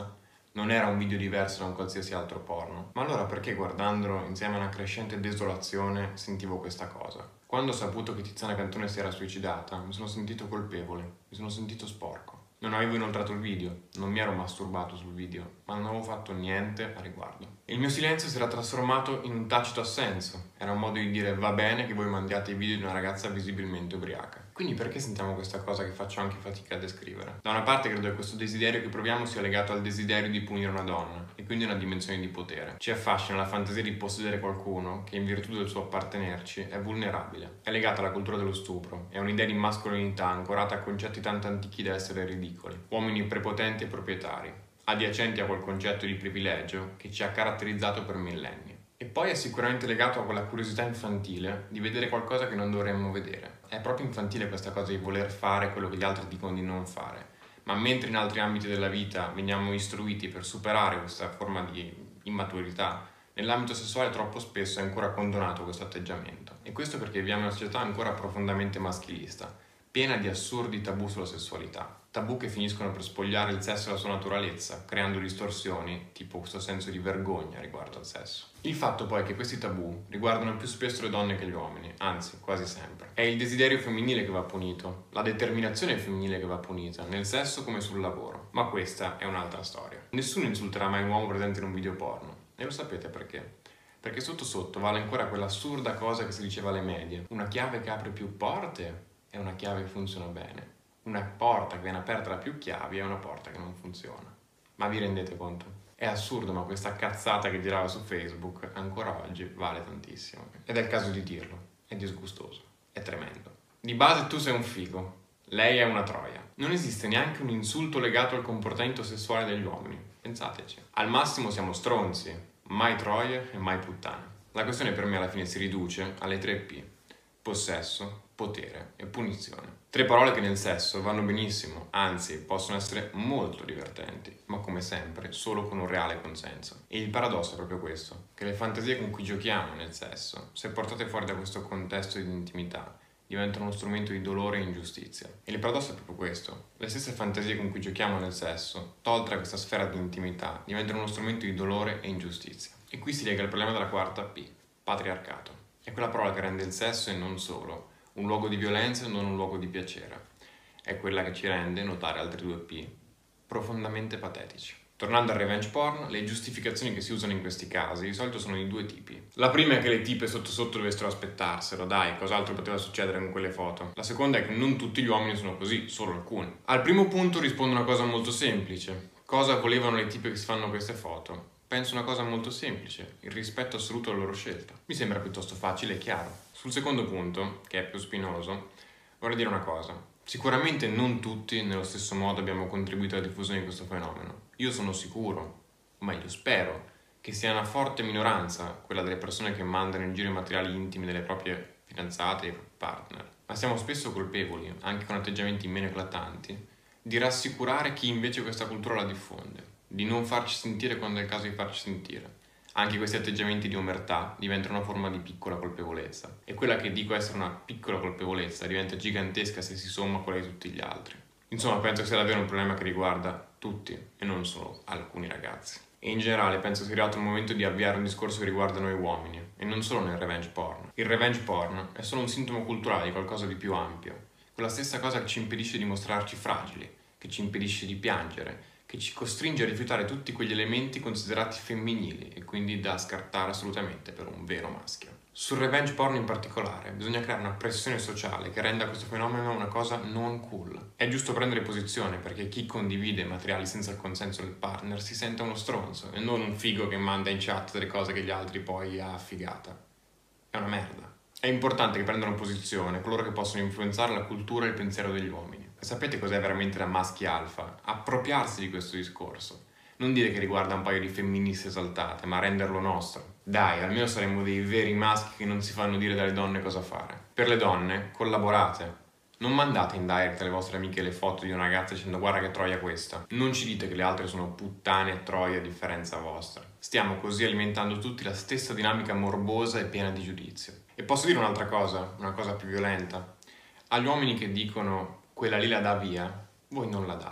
Non era un video diverso da un qualsiasi altro porno. Ma allora perché guardandolo insieme a una crescente desolazione sentivo questa cosa? Quando ho saputo che Tiziana Cantone si era suicidata, mi sono sentito colpevole, mi sono sentito sporco. Non avevo inoltrato il video, non mi ero masturbato sul video, ma non avevo fatto niente a riguardo. Il mio silenzio si era trasformato in un tacito assenso. Era un modo di dire va bene che voi mandiate i video di una ragazza visibilmente ubriaca. Quindi perché sentiamo questa cosa che faccio anche fatica a descrivere? Da una parte credo che questo desiderio che proviamo sia legato al desiderio di punire una donna, e quindi una dimensione di potere. Ci affascina la fantasia di possedere qualcuno che in virtù del suo appartenerci è vulnerabile. È legata alla cultura dello stupro, è un'idea di mascolinità ancorata a concetti tanto antichi da essere ridicoli. Uomini prepotenti e proprietari, adiacenti a quel concetto di privilegio che ci ha caratterizzato per millenni. E poi è sicuramente legato a quella curiosità infantile di vedere qualcosa che non dovremmo vedere. È proprio infantile questa cosa di voler fare quello che gli altri dicono di non fare. Ma mentre in altri ambiti della vita veniamo istruiti per superare questa forma di immaturità, nell'ambito sessuale troppo spesso è ancora condonato questo atteggiamento. E questo perché viviamo in una società ancora profondamente maschilista, piena di assurdi tabù sulla sessualità. Tabù che finiscono per spogliare il sesso dalla sua naturalezza, creando distorsioni, tipo questo senso di vergogna riguardo al sesso. Il fatto poi è che questi tabù riguardano più spesso le donne che gli uomini, anzi, quasi sempre. È il desiderio femminile che va punito, la determinazione femminile che va punita, nel sesso come sul lavoro. Ma questa è un'altra storia. Nessuno insulterà mai un uomo presente in un video porno. E lo sapete perché? Perché sotto sotto vale ancora quell'assurda cosa che si diceva alle medie. Una chiave che apre più porte è una chiave che funziona bene. Una porta che viene aperta da più chiavi è una porta che non funziona. Ma vi rendete conto? È assurdo, ma questa cazzata che girava su Facebook ancora oggi vale tantissimo. Ed è il caso di dirlo. È disgustoso. È tremendo. Di base tu sei un figo. Lei è una troia. Non esiste neanche un insulto legato al comportamento sessuale degli uomini. Pensateci. Al massimo siamo stronzi. Mai troie e mai puttane. La questione per me alla fine si riduce alle tre P. Possesso, potere e punizione. Tre parole che nel sesso vanno benissimo, anzi possono essere molto divertenti, ma come sempre solo con un reale consenso. E il paradosso è proprio questo, che le fantasie con cui giochiamo nel sesso, se portate fuori da questo contesto di intimità, diventano uno strumento di dolore e ingiustizia. E il paradosso è proprio questo, le stesse fantasie con cui giochiamo nel sesso, tolte da questa sfera di intimità, diventano uno strumento di dolore e ingiustizia. E qui si lega il problema della quarta P, patriarcato. È quella parola che rende il sesso, e non solo, un luogo di violenza e non un luogo di piacere. È quella che ci rende, notare altri due P, profondamente patetici. Tornando al revenge porn, le giustificazioni che si usano in questi casi di solito sono di due tipi. La prima è che le tipe sotto sotto dovessero aspettarselo, dai, cos'altro poteva succedere con quelle foto. La seconda è che non tutti gli uomini sono così, solo alcuni. Al primo punto rispondo una cosa molto semplice. Cosa volevano le tipe che si fanno queste foto? Penso una cosa molto semplice, il rispetto assoluto alla loro scelta. Mi sembra piuttosto facile e chiaro. Sul secondo punto, che è più spinoso, vorrei dire una cosa. Sicuramente non tutti nello stesso modo abbiamo contribuito alla diffusione di questo fenomeno. Io sono sicuro, o meglio spero, che sia una forte minoranza quella delle persone che mandano in giro i materiali intimi delle proprie fidanzate e dei propri partner. Ma siamo spesso colpevoli, anche con atteggiamenti meno eclatanti, di rassicurare chi invece questa cultura la diffonde, di non farci sentire quando è il caso di farci sentire. Anche questi atteggiamenti di omertà diventano una forma di piccola colpevolezza. E quella che dico essere una piccola colpevolezza diventa gigantesca se si somma a quella di tutti gli altri. Insomma, penso sia davvero un problema che riguarda tutti e non solo alcuni ragazzi. E in generale penso sia arrivato il momento di avviare un discorso che riguarda noi uomini, e non solo nel revenge porn. Il revenge porn è solo un sintomo culturale di qualcosa di più ampio. Quella stessa cosa che ci impedisce di mostrarci fragili, che ci impedisce di piangere, che ci costringe a rifiutare tutti quegli elementi considerati femminili e quindi da scartare assolutamente per un vero maschio. Sul revenge porn in particolare bisogna creare una pressione sociale che renda questo fenomeno una cosa non cool. È giusto prendere posizione perché chi condivide materiali senza il consenso del partner si sente uno stronzo e non un figo che manda in chat delle cose che gli altri poi ha affigata. È una merda. È importante che prendano posizione coloro che possono influenzare la cultura e il pensiero degli uomini. E sapete cos'è veramente la maschi alfa? Appropriarsi di questo discorso. Non dire che riguarda un paio di femministe esaltate, ma renderlo nostro. Dai, almeno saremmo dei veri maschi che non si fanno dire dalle donne cosa fare. Per le donne, collaborate. Non mandate in direct alle vostre amiche le foto di una ragazza dicendo guarda che troia questa. Non ci dite che le altre sono puttane e troie a differenza vostra. Stiamo così alimentando tutti la stessa dinamica morbosa e piena di giudizio. E posso dire un'altra cosa, una cosa più violenta. Agli uomini che dicono quella lì la dà via, voi non la date, che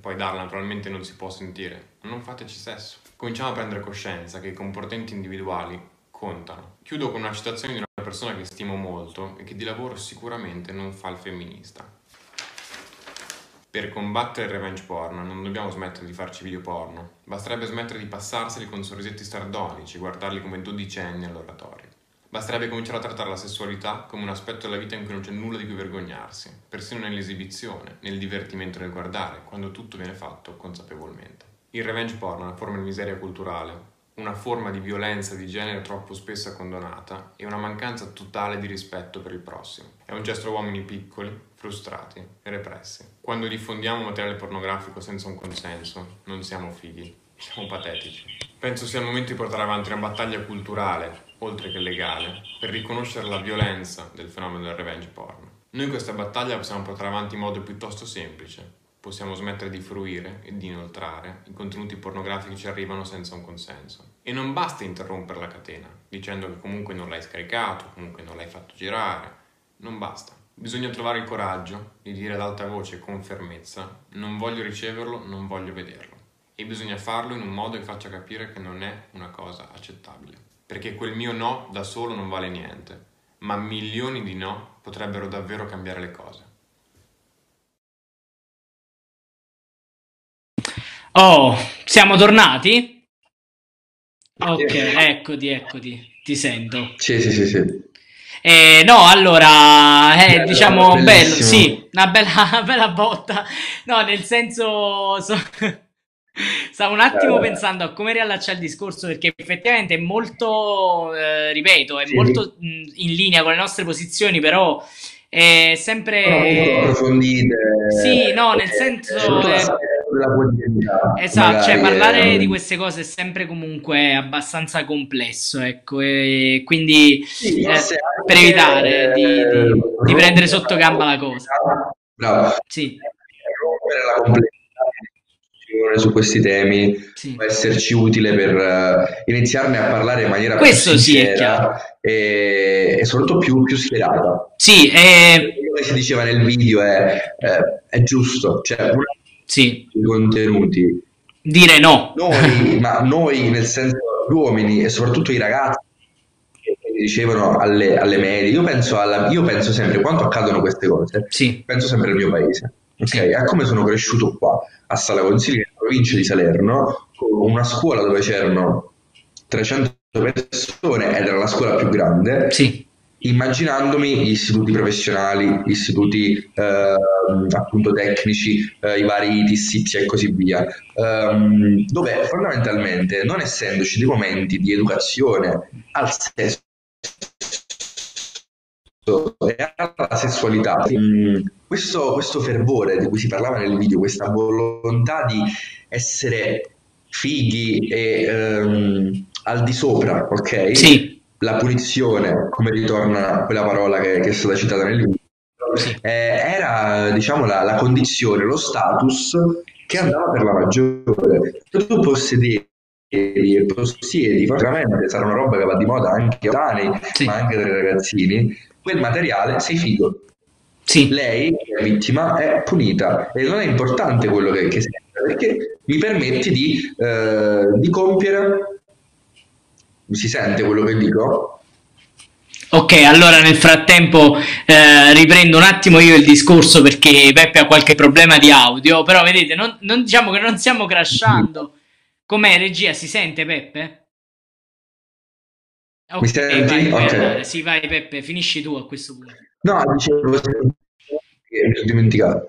poi darla naturalmente non si può sentire, ma non fateci sesso. Cominciamo a prendere coscienza che i comportamenti individuali contano. Chiudo con una citazione di una persona che stimo molto e che di lavoro sicuramente non fa il femminista. Per combattere il revenge porn non dobbiamo smettere di farci video porno, basterebbe smettere di passarseli con sorrisetti sardonici, guardarli come dodicenni all'oratorio. Basterebbe cominciare a trattare la sessualità come un aspetto della vita in cui non c'è nulla di cui vergognarsi, persino nell'esibizione, nel divertimento nel guardare, quando tutto viene fatto consapevolmente. Il revenge porn è una forma di miseria culturale, una forma di violenza di genere troppo spesso condonata e una mancanza totale di rispetto per il prossimo. È un gesto a uomini piccoli, frustrati e repressi. Quando diffondiamo materiale pornografico senza un consenso, non siamo fighi, siamo patetici. Penso sia il momento di portare avanti una battaglia culturale, oltre che legale, per riconoscere la violenza del fenomeno del revenge porn. Noi questa battaglia possiamo portare avanti in modo piuttosto semplice. Possiamo smettere di fruire e di inoltrare i contenuti pornografici che ci arrivano senza un consenso. E non basta interrompere la catena, dicendo che comunque non l'hai scaricato, comunque non l'hai fatto girare. Non basta. Bisogna trovare il coraggio di dire ad alta voce e con fermezza: non voglio riceverlo, non voglio vederlo. E bisogna farlo in un modo che faccia capire che non è una cosa accettabile. Perché quel mio no da solo non vale niente, ma milioni di no potrebbero davvero cambiare le cose. Oh, siamo tornati? Ok, eccoti, eccoti, ti sento. Sì, sì, sì, sì. Eh, no, allora, è Bello, diciamo bello, bellissimo. sì, una bella, una bella botta. No, nel senso, so- stavo un attimo Bello. pensando a come riallacciare il discorso, perché effettivamente è molto, eh, ripeto, è Sì. molto mh, in linea con le nostre posizioni, però è Sono molto sempre... approfondite. Sì, no, nel eh, senso... sotto è- l'aspetto della quotidianità. Esatto, cioè Magari, parlare eh, di queste cose è sempre comunque abbastanza complesso, ecco, e quindi sì, eh, forse per anche, evitare di, eh, di- di prendere rompere sotto la gamba la cosa. complessità. Bravo. Sì, Rompere la complessità di discussione su questi temi sì. può esserci utile per eh, iniziarne a parlare in maniera più Questo sì è chiaro. sincera e, e soprattutto più, più schierata. Sì, eh, Quello che si diceva nel video è, eh, è giusto, cioè una sì, i contenuti. dire no. Noi, ma noi nel senso gli uomini e soprattutto i ragazzi che ricevono alle, alle medie, io penso, alla, io penso sempre, quando accadono queste cose, Sì, penso sempre al mio paese, ok? sì, A come sono cresciuto qua, a Sala Consigli, in provincia di Salerno, con una scuola dove c'erano trecento persone ed era la scuola più grande, sì, immaginandomi gli istituti professionali, gli istituti eh, appunto tecnici, eh, i vari I T, S I T e così via, ehm, dove fondamentalmente, non essendoci dei momenti di educazione al sesso e alla sessualità, mh, questo, questo fervore di cui si parlava nel video, questa volontà di essere fighi e ehm, al di sopra, ok? sì, La punizione, come ritorna quella parola che, che è stata citata nel video, sì, eh, era diciamo la, la condizione, lo status che andava per la maggiore. Se tu possedevi e possiedi, veramente sarà una roba che va di moda anche a anni, sì, ma anche dai ragazzini, quel materiale sei figo. sì. Lei, che è vittima, è punita e non è importante quello che, che sente, perché mi permetti di, eh, di compiere. Mi si sente quello che dico? Ok, allora nel frattempo eh, riprendo un attimo io il discorso perché Peppe ha qualche problema di audio, però vedete, non, non diciamo che non stiamo crashando. Com'è, regia? Si sente, Peppe? Mi Ok, senti? vai, puoi Ok. andare. Sì, vai Peppe, finisci tu a questo punto. No, dicevo che mi sono dimenticato.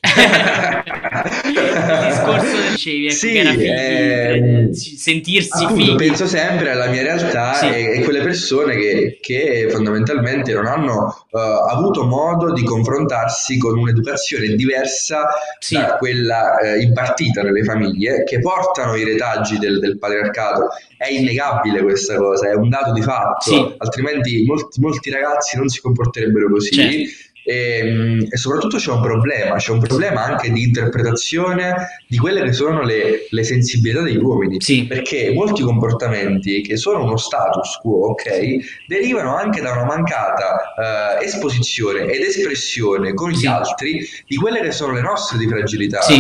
Il discorso del dicevi, ecco, Sì, che era fighi, ehm, eh, sentirsi appunto, fighi. penso sempre alla mia realtà Sì. e, e quelle persone che, che fondamentalmente non hanno eh, avuto modo di confrontarsi con un'educazione diversa Sì. da quella eh, impartita nelle famiglie, che portano i retaggi del, del patriarcato. È innegabile questa cosa, è un dato di fatto, Sì. altrimenti molti, molti ragazzi non si comporterebbero così. Certo. E, e soprattutto c'è un problema, c'è un problema anche di interpretazione di quelle che sono le, le sensibilità degli uomini, Sì. perché molti comportamenti che sono uno status quo, ok, derivano anche da una mancata eh, esposizione ed espressione con gli Sì. altri di quelle che sono le nostre di fragilità. Sì.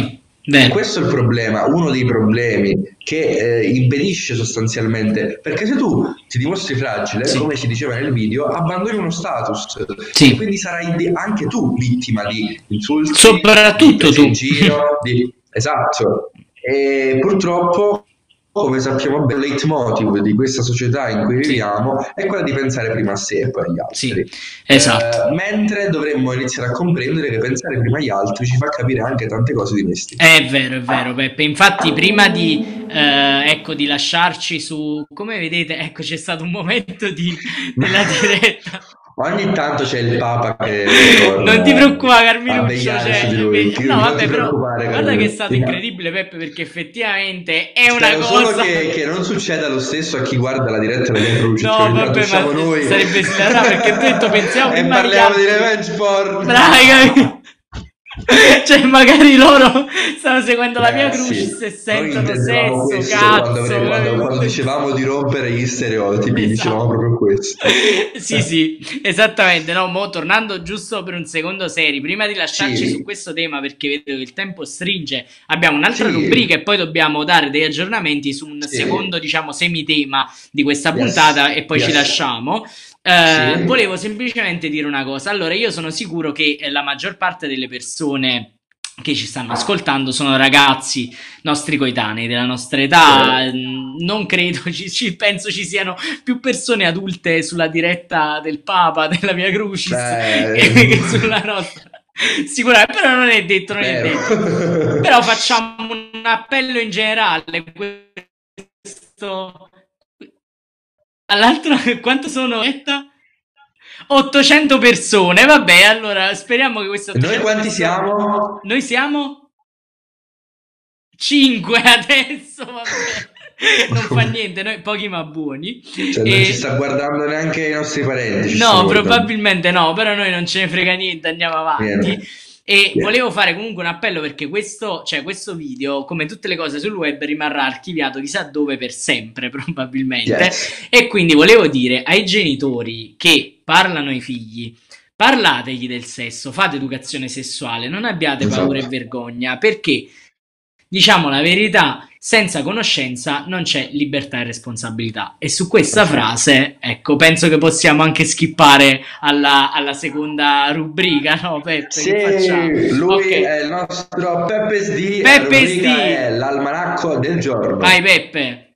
Beh. E questo è il problema, uno dei problemi che eh, impedisce sostanzialmente, perché se tu ti dimostri fragile, Sì. come si diceva nel video, abbandoni uno status, Sì. e quindi sarai di- anche tu vittima di insulti, Soprattutto di prese tu. in giro, di... esatto. E purtroppo, come sappiamo bene, il leitmotiv di questa società in cui Sì. viviamo è quella di pensare prima a sé e poi agli altri. Sì, esatto. Eh, mentre dovremmo iniziare a comprendere che pensare prima agli altri ci fa capire anche tante cose di noi stessi. È vero, è vero, Peppe. Infatti, prima di, eh, ecco, di lasciarci su, come vedete, ecco, c'è stato un momento di, della diretta. Ogni tanto c'è il Papa che non ti preoccupare, Carminuccio. a vegliare Cioè, su di lui. no, Non vabbè, ti però preoccupare, guarda che è Carminuccio. stato incredibile, Peppe, perché effettivamente è una Spero cosa. solo che, che non succeda lo stesso a chi guarda la diretta della Via Crucis. No, che ogni tanto vabbè, usciamo ma noi sarebbe esilarante, perché tu hai detto pensiamo e prima agli parliamo di altri. revenge porn. Bravi, capito? Cioè, magari loro stanno seguendo la Via Eh, Crucis sì. e sentono Noi intendevamo sesso, questo cazzo. quando, avrei- quando, quando dicevamo di rompere gli stereotipi, Esatto. dicevamo proprio questo. Sì, sì, esattamente. No, mo tornando giusto per un secondo serie, prima di lasciarci Sì. su questo tema, perché vedo che il tempo stringe, abbiamo un'altra Sì. rubrica e poi dobbiamo dare degli aggiornamenti su un Sì. secondo, diciamo, semitema di questa Yes. puntata e poi Yes. ci lasciamo. Eh, Sì. Volevo semplicemente dire una cosa. Allora, io sono sicuro che eh, la maggior parte delle persone che ci stanno ascoltando sono ragazzi nostri coetanei della nostra età. Mm, non credo ci, ci- penso ci siano più persone adulte sulla diretta del Papa della Via Crucis Beh. che, che sulla nostra, sicuramente, però non è detto, non è detto. Vero. Però facciamo un appello in generale. Questo all'altro quanto sono? ottocento persone, vabbè, allora speriamo che queste Noi ottocento quanti persone- siamo? Noi siamo cinque adesso, vabbè. Non fa niente, noi pochi ma buoni. Cioè, non E- ci sta guardando neanche i nostri parenti. ci No, stanno guardando. probabilmente no, però noi non ce ne frega niente, andiamo avanti. Niente. E Niente. volevo fare comunque un appello perché questo, cioè, questo video, come tutte le cose sul web, rimarrà archiviato chissà dove per sempre, probabilmente. Yes. E quindi volevo dire ai genitori che parlano ai figli, parlategli del sesso, fate educazione sessuale, non abbiate Esatto. paura e vergogna, perché diciamo la verità, senza conoscenza non c'è libertà e responsabilità. E su questa Esatto. frase, ecco, penso che possiamo anche skippare alla, alla seconda rubrica, no Peppe? Sì, Che facciamo? lui Ok. è il nostro Peppe S D. Peppe la rubrica S D. è l'almanacco del giorno. Vai Peppe.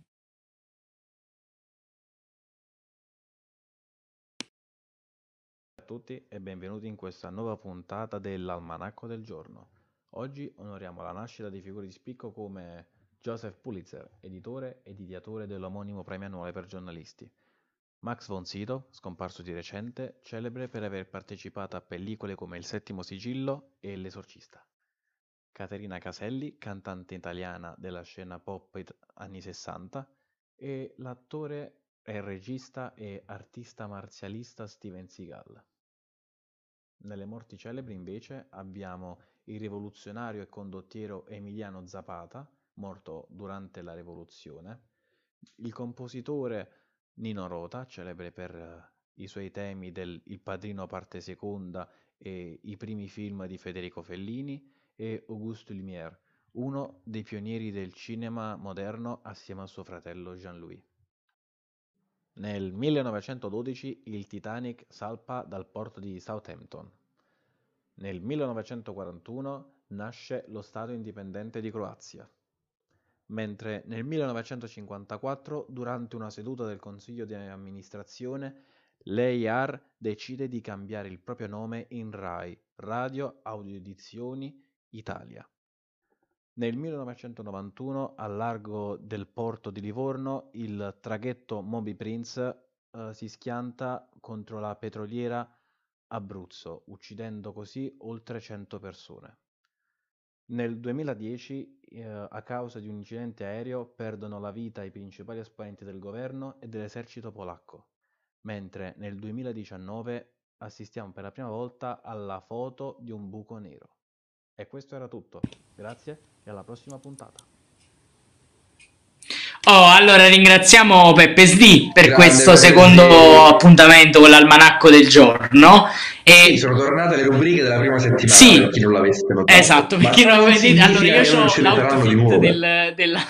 Ciao a tutti e benvenuti in questa nuova puntata dell'Almanacco del Giorno. Oggi onoriamo la nascita di figure di spicco come Joseph Pulitzer, editore ed ideatore dell'omonimo premio annuale per giornalisti; Max von Sydow, scomparso di recente, celebre per aver partecipato a pellicole come Il settimo sigillo e L'Esorcista; Caterina Caselli, cantante italiana della scena pop it- anni sessanta, e l'attore e regista e artista marzialista Steven Seagal. Nelle morti celebri invece abbiamo il rivoluzionario e condottiero Emiliano Zapata, morto durante la rivoluzione, il compositore Nino Rota, celebre per eh, i suoi temi del Il Padrino parte seconda e i primi film di Federico Fellini, e Auguste Lumière, uno dei pionieri del cinema moderno assieme a suo fratello Jean-Louis. Nel millenovecentododici il Titanic salpa dal porto di Southampton. Nel millenovecentoquarantuno nasce lo Stato indipendente di Croazia. Mentre nel millenovecentocinquantaquattro, durante una seduta del Consiglio di amministrazione, l'E I A R decide di cambiare il proprio nome in RAI, Radio Audizioni Italia. Nel millenovecentonovantuno, al largo del porto di Livorno, il traghetto Moby Prince eh, si schianta contro la petroliera Abruzzo, uccidendo così oltre cento persone. Nel duemiladieci, eh, a causa di un incidente aereo, perdono la vita i principali esponenti del governo e dell'esercito polacco, mentre nel duemiladiciannove assistiamo per la prima volta alla foto di un buco nero. E questo era tutto. Grazie e alla prossima puntata. Oh, allora ringraziamo Peppe Sdi per Grande questo Peppe secondo Sdi. appuntamento con l'almanacco del giorno. E Sì, sono tornate le rubriche della prima settimana, Sì. per chi non l'avesse notato. esatto, Ma perché non ciò avete significa allora io che non ho ce ne saranno di l'outfit nuove. del, della,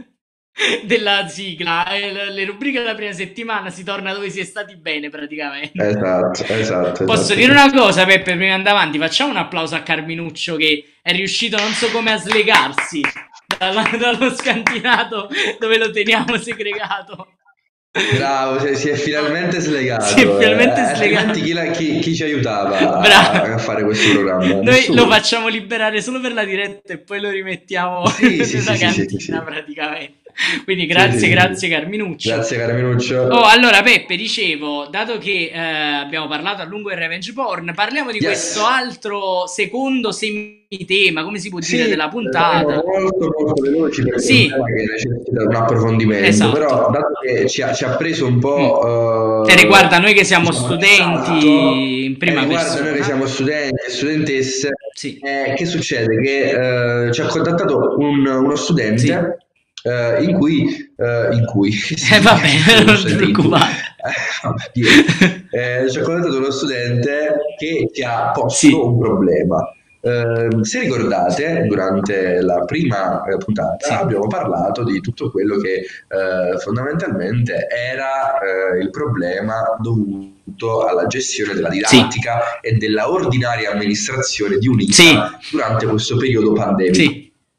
della sigla, e le le rubriche della prima settimana si torna dove si è stati bene praticamente. Esatto, esatto. Posso esatto. dire una cosa, Peppe, prima di andare avanti? Facciamo un applauso a Carminuccio che è riuscito non so come a slegarsi dalla- dallo scantinato dove lo teniamo segregato. Bravo, si- si è finalmente slegato. Si è finalmente eh, slegato. altrimenti chi, la- chi- chi ci aiutava a, Bravo. a fare questo programma? Noi Nessuno. lo facciamo liberare solo per la diretta e poi lo rimettiamo Sì, sì, nella sì, sì, sì, cantina sì. praticamente. Quindi grazie, Sì, sì, grazie sì. Carminuccio. Grazie Carminuccio. Oh, allora Peppe, dicevo, dato che eh, abbiamo parlato a lungo del revenge porn, parliamo di Yes. questo altro secondo semitema, come si può dire, Sì, della puntata. saremo molto molto veloci perché Sì. è un tema che necessita un approfondimento, Esatto. però dato che ci ha, ci ha preso un po'... E eh, riguarda noi che siamo diciamo, studenti esatto, in prima e riguarda persona. noi che siamo studenti e studentesse, Sì. eh, che succede? Che eh, ci ha contattato un- uno studente Sì. eh, in cui... eh, in cui Eh, vabbè, non ti preoccupare. Eh, vabbè, Dio. Eh, ci ha contattato uno studente che ci ha posto Sì. un problema. Eh, se ricordate, durante la prima eh, puntata Sì. abbiamo parlato di tutto quello che eh, fondamentalmente era eh, il problema dovuto alla gestione della didattica e della ordinaria amministrazione di un'I S A Sì. durante questo periodo pandemico. Sì.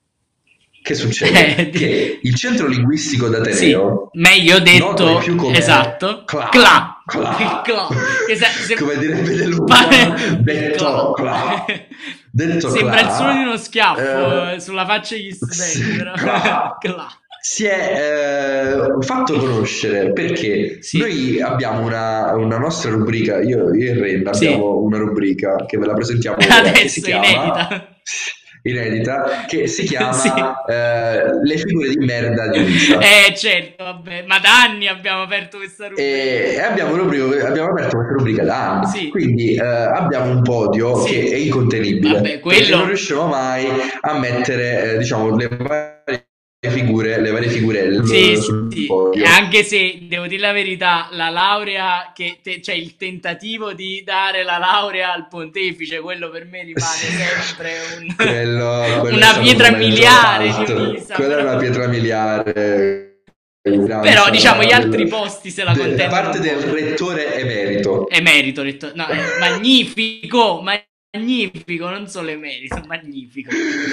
Che succede? Eh, Che il centro linguistico Sì, d'Ateneo, meglio noto detto, più come esatto, Cla. Cla. Cla. Il Cla. Che se- se- come direbbe De Luca, pare- detto Cla. Detto Sembra Cla, il suono di uno schiaffo eh, eh, sulla faccia degli studenti, sì, però. Cla. Cla. si è eh, fatto conoscere perché Sì. noi abbiamo una, una nostra rubrica, io, io e Renna Sì. abbiamo una rubrica che ve la presentiamo ora, che si Adesso chiama inedita. inedita, che si chiama Sì. eh, Le figure di merda di Unisa. Eh certo, vabbè, ma da anni abbiamo aperto questa rubrica. E abbiamo, rubrica- abbiamo aperto questa rubrica da anni, Sì. quindi eh, abbiamo un podio Sì. che è incontenibile. Vabbè, quello- perché non riusciamo mai a mettere eh, diciamo le varie figure, le varie figurelle Sì, sul sì, podio. anche se devo dire la verità, la laurea che te- cioè il tentativo di dare la laurea al pontefice, quello per me rimane Sì. sempre un- Quello- quello è una stato un pietra momento miliare alto. di Unisa, Quella è però- una pietra miliare. Però diciamo gli altri posti se la De- da contentano parte un del po'. rettore emerito. Emerito, retto- no, è magnifico, magnifico, non solo emerito, magnifico.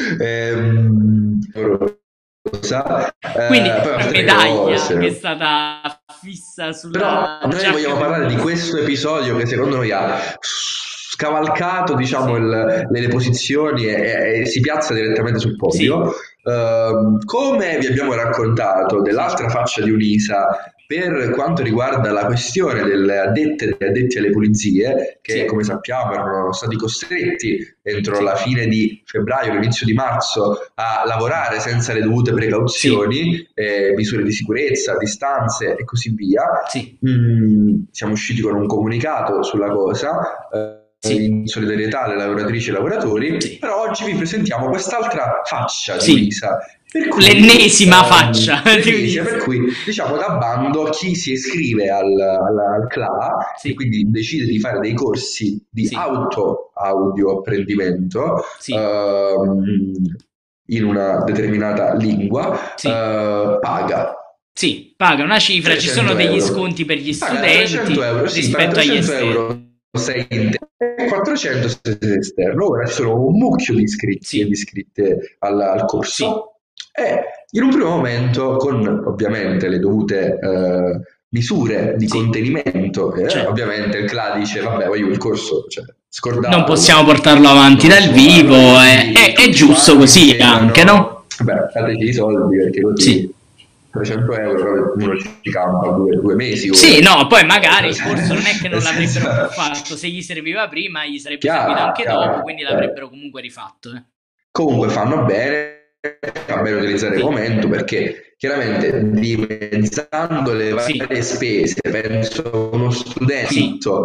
Ehm, rosa. Eh, Quindi poi una altre medaglia cose. che è stata fissa Però sulla noi giacca vogliamo del- parlare di questo episodio che secondo noi ha scavalcato diciamo il- le, le posizioni e, e- e si piazza direttamente sul podio. Ehm, come vi abbiamo raccontato dell'altra faccia di Unisa per quanto riguarda la questione delle addette e degli addetti alle pulizie, che Sì. come sappiamo erano stati costretti entro Sì. la fine di febbraio, l'inizio di marzo, a lavorare senza le dovute precauzioni, eh, misure di sicurezza, distanze e così via. Sì. Mm, siamo usciti con un comunicato sulla cosa, eh, Sì. in solidarietà alle lavoratrici e lavoratori, Sì. però oggi vi presentiamo quest'altra faccia Sì. di Unisa. Per cui, L'ennesima ehm, faccia di l'ennesima, Unisa. per cui diciamo da bando chi si iscrive al, al, al C L A Sì. e quindi decide di fare dei corsi di Sì. auto audio apprendimento Sì. ehm, in una determinata lingua, Sì. eh, paga. Sì, paga una cifra, ci sono trecento degli euro. sconti per gli Paga studenti trecento euro, sì, rispetto paga agli trecento esterni. euro sei interno e quattrocento se sei esterno. Ora ci sono un mucchio di iscritti Sì. e di iscritte al, al corso e in un primo momento con ovviamente le dovute eh, misure di Sì. contenimento eh, Certo. ovviamente il C L A dice vabbè voglio il corso, cioè, scordato, Non possiamo portarlo avanti non dal possiamo vivo, farlo, è, quindi è- è tutti giusto quanti così chiedono, anche, no? beh dateci i soldi perché così Sì. trecento euro uno ci campa due, due mesi ora. Sì, no, poi magari il corso non è che non Nel l'avrebbero senso- più fatto, se gli serviva prima gli sarebbe Chiaro, servito anche chiaro, dopo, quindi chiaro. l'avrebbero comunque rifatto. eh. Comunque fanno bene, fa bene utilizzare il Sì. momento perché chiaramente dimezzando le Sì. varie spese, penso uno studente Sì.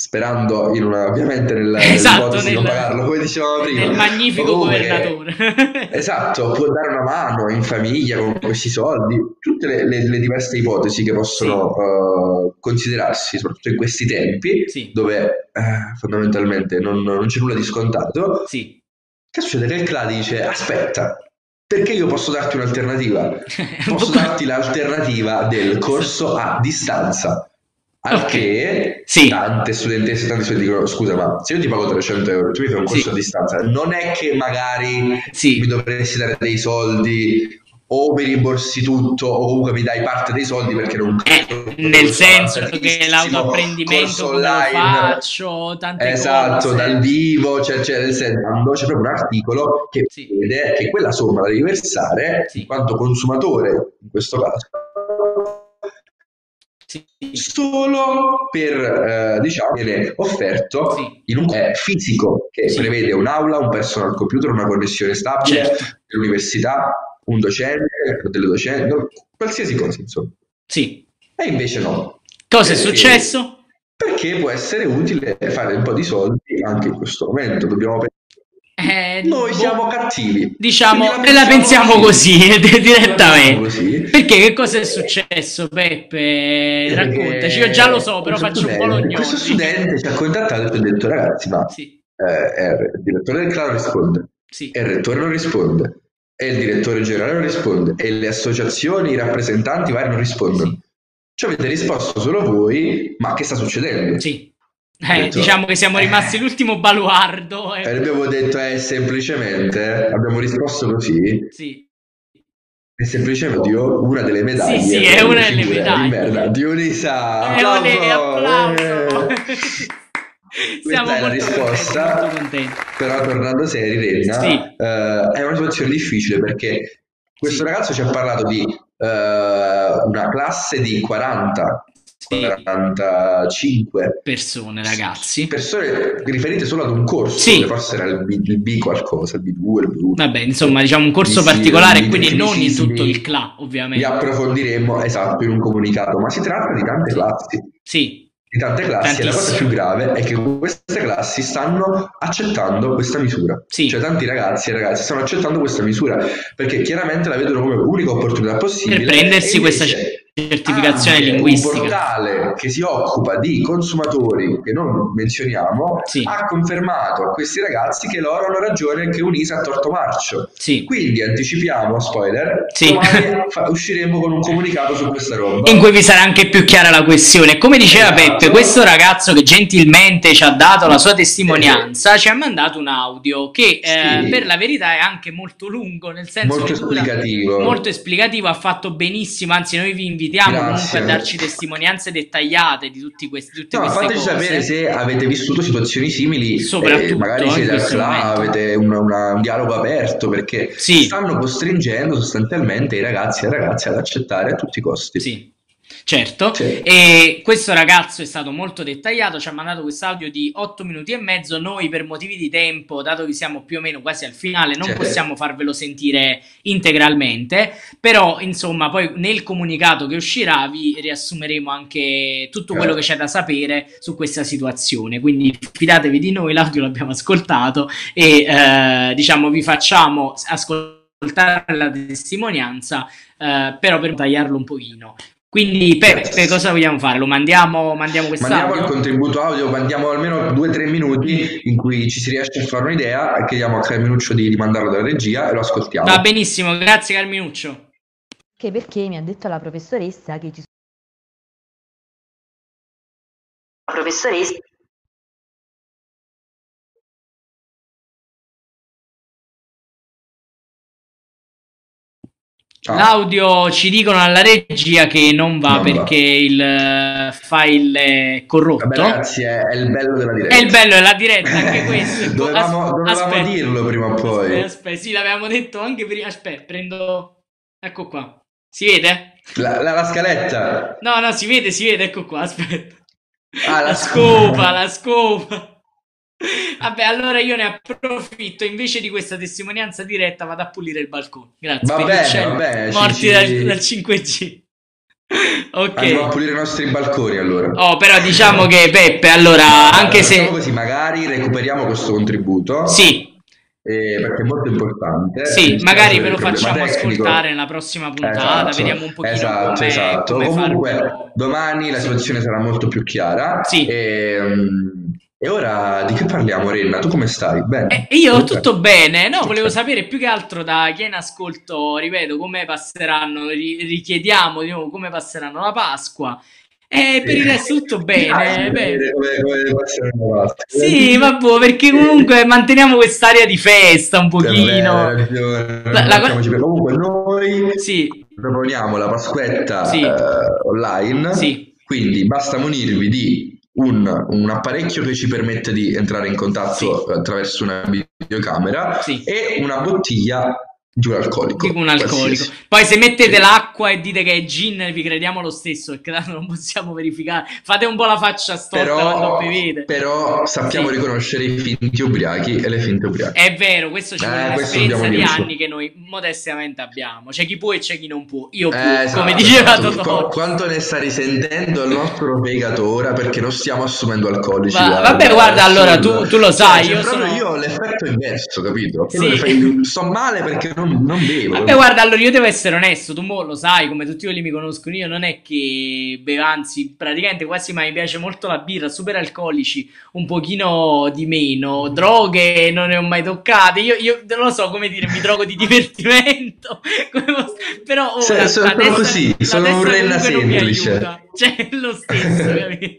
sperando in una, ovviamente nel, esatto, nell'ipotesi di non pagarlo, come dicevamo prima. Nel magnifico Comunque, governatore. Esatto, può dare una mano in famiglia con questi soldi, tutte le, le, le diverse ipotesi che possono sì. uh, considerarsi, soprattutto in questi tempi, sì. dove uh, fondamentalmente non, non c'è nulla di scontato. Sì. Che succede? Che il C L A dice, aspetta, perché io posso darti un'alternativa? Posso darti l'alternativa del corso a distanza. Al okay. che sì. tante studentesse, tanti studenti dicono, scusa, ma se io ti pago trecento euro, tu mi fai un corso sì. a distanza, non è che magari sì. mi dovresti dare dei soldi o mi rimborsi tutto o comunque mi dai parte dei soldi perché non eh, nel senso che l'autoapprendimento come lo faccio, tante esatto, cose. dal vivo, cioè, cioè nel senso, c'è proprio un articolo che sì. vede che quella somma da devi versare sì. in quanto consumatore, in questo caso, sì. solo per eh, diciamo viene offerto sì. in un eh, fisico che sì. prevede un'aula, un personal computer, una connessione stabile, certo. dell'università, un docente, delle docenti, qualsiasi cosa insomma. Sì. E invece no. Cosa è successo? Perché può essere utile fare un po' di soldi anche in questo momento. Dobbiamo pensare. Eh, Noi boh, siamo cattivi. Diciamo, e la pensiamo così, così direttamente. Così. Perché che cosa è successo, Peppe? Perché raccontaci, io già lo so, però faccio un po' l'ognosi. Questo studente ci ha contattato e ci ha detto, ragazzi, ma sì. eh, il direttore del C L A non risponde, sì. e il rettore non risponde, e il direttore generale non risponde, e le associazioni, i rappresentanti vari non rispondono. Sì. Ci avete risposto solo voi, ma che sta succedendo? Sì. Eh, detto, diciamo che siamo rimasti eh, l'ultimo baluardo. E abbiamo detto, eh, semplicemente, abbiamo risposto così. Sì. È semplicemente io, una delle medaglie. Sì, sì, è una delle medaglie. Di merda, di Unisa. Eh, olè, applauso. Eh. Siamo Questa è la risposta. Contenti, contenti. Però tornando seri, Renna, sì. eh, è una situazione difficile perché questo sì. ragazzo ci ha parlato di eh, una classe di quaranta. Sì. quarantacinque persone, ragazzi, persone riferite solo ad un corso, sì. forse era il B, il B qualcosa, il B due, il B uno. Vabbè, insomma, diciamo un corso sì, particolare, sì, quindi non in tutto il C L A, ovviamente. Li approfondiremo, esatto, in un comunicato, ma si tratta di tante classi. Sì. Di tante classi, e la cosa più grave è che queste classi stanno accettando questa misura. Sì. Cioè tanti ragazzi e ragazze stanno accettando questa misura perché chiaramente la vedono come unica opportunità possibile per prendersi questa certificazione linguistica. Un portale che si occupa di consumatori che non menzioniamo sì. ha confermato a questi ragazzi che loro hanno ragione, che Unisa ha torto marcio. Sì. Quindi anticipiamo, spoiler, sì. domani fa- usciremo con un comunicato su questa roba in cui vi sarà anche più chiara la questione. Come diceva esatto. Peppe, questo ragazzo che gentilmente ci ha dato la sua testimonianza, eh. ci ha mandato un audio che eh, sì. per la verità è anche molto lungo, nel senso molto esplicativo. molto esplicativo, ha fatto benissimo, anzi noi vi invitiamo Grazie. comunque a darci testimonianze dettagliate di tutti questi, tutte no, queste fateci cose. sapere se avete vissuto situazioni simili, soprattutto eh, magari siete al C L A, avete un, una, un dialogo aperto, perché sì. stanno costringendo sostanzialmente i ragazzi e le ragazze ad accettare a tutti i costi. Sì. Certo, sì. E questo ragazzo è stato molto dettagliato, ci ha mandato questo audio di otto minuti e mezzo. Noi per motivi di tempo, dato che siamo più o meno quasi al finale, non sì. possiamo farvelo sentire integralmente, però insomma poi nel comunicato che uscirà vi riassumeremo anche tutto quello che c'è da sapere su questa situazione, quindi fidatevi di noi, l'audio l'abbiamo ascoltato e eh, diciamo vi facciamo ascoltare la testimonianza, eh, però per tagliarlo un pochino. Quindi Peppe, yes. cosa vogliamo fare? Lo mandiamo, mandiamo quest'audio? Mandiamo il contributo audio, mandiamo almeno due tre minuti in cui ci si riesce a fare un'idea e chiediamo a Carminuccio di, di mandarlo dalla regia e lo ascoltiamo. Va benissimo, grazie Carminuccio. Che perché mi ha detto la professoressa che ci sono... La professoressa... Ah. L'audio ci dicono alla regia che non va non perché va. il file è corrotto. Vabbè, ragazzi, è, è il bello della diretta. È il bello della diretta, anche questo. dovevamo dovevamo aspetta. dirlo prima o poi. Aspetta, aspetta, sì, l'avevamo detto anche prima. Aspetta, prendo. Ecco qua. Si vede? La, la, la scaletta. No, no, si vede, si vede, ecco qua, aspetta. Ah, la, la scopa, la scopa. Vabbè, allora io ne approfitto, invece di questa testimonianza diretta vado a pulire il balcone. Grazie. Va bene, va bene, morti ci, dal, ci... dal cinque G. Ok. Andiamo a pulire i nostri balconi allora. Oh, però diciamo che Peppe, allora, anche se... Così magari recuperiamo questo contributo. Sì. Eh, perché è molto importante. Sì, magari ve lo problema facciamo tecnico. ascoltare nella prossima puntata, Esatto, vediamo un pochino esatto, come, esatto. come Comunque farlo. domani la Sì. situazione sarà molto più chiara. Sì. E, e ora di che parliamo, Renna? Tu come stai? Bene? Eh, io tutto bene, no, volevo sapere più che altro da chi è in ascolto, ripeto, come passeranno, ri- richiediamo di nuovo come passeranno la Pasqua. E per il resto tutto bene. Beh. Sì, vabbè, perché comunque manteniamo quest'area di festa un pochino. La, la... Comunque noi sì. proponiamo la Pasquetta sì. eh, online, sì. quindi basta munirvi di un, un apparecchio che ci permette di entrare in contatto sì. attraverso una videocamera sì. e una bottiglia di un alcolico. Di un alcolico. Qualsiasi. Poi se mettete l'acqua e dite che è gin, vi crediamo lo stesso, perché tanto non possiamo verificare. Fate un po' la faccia storta però, quando bevete. Però sappiamo sì. riconoscere i finti ubriachi e le finte ubriache. È vero, questo ci vuole eh, un'esperienza di anni che noi modestamente abbiamo. C'è chi può e c'è chi non può. Io può, eh, esatto, come diceva esatto. Totò. Qu- quanto ne sta risentendo il nostro fegato ora perché non stiamo assumendo alcolici? Va, guarda, vabbè, guarda, allora tu, tu lo sai. Cioè, io sono... sono... io ho l'effetto inverso, capito? Sì. Fai... sto male perché non, non bevo. Vabbè, guarda, allora io devo essere onesto, tu mo lo sai, come tutti quelli mi conoscono, io non è che bevo, anzi, praticamente quasi mai mi piace molto la birra, super alcolici, un pochino di meno, droghe non ne ho mai toccate, io, io non lo so come dire, mi drogo di divertimento, però ora, Se, sono testa, così, sono un Renna semplice. Cioè, lo stesso, capito?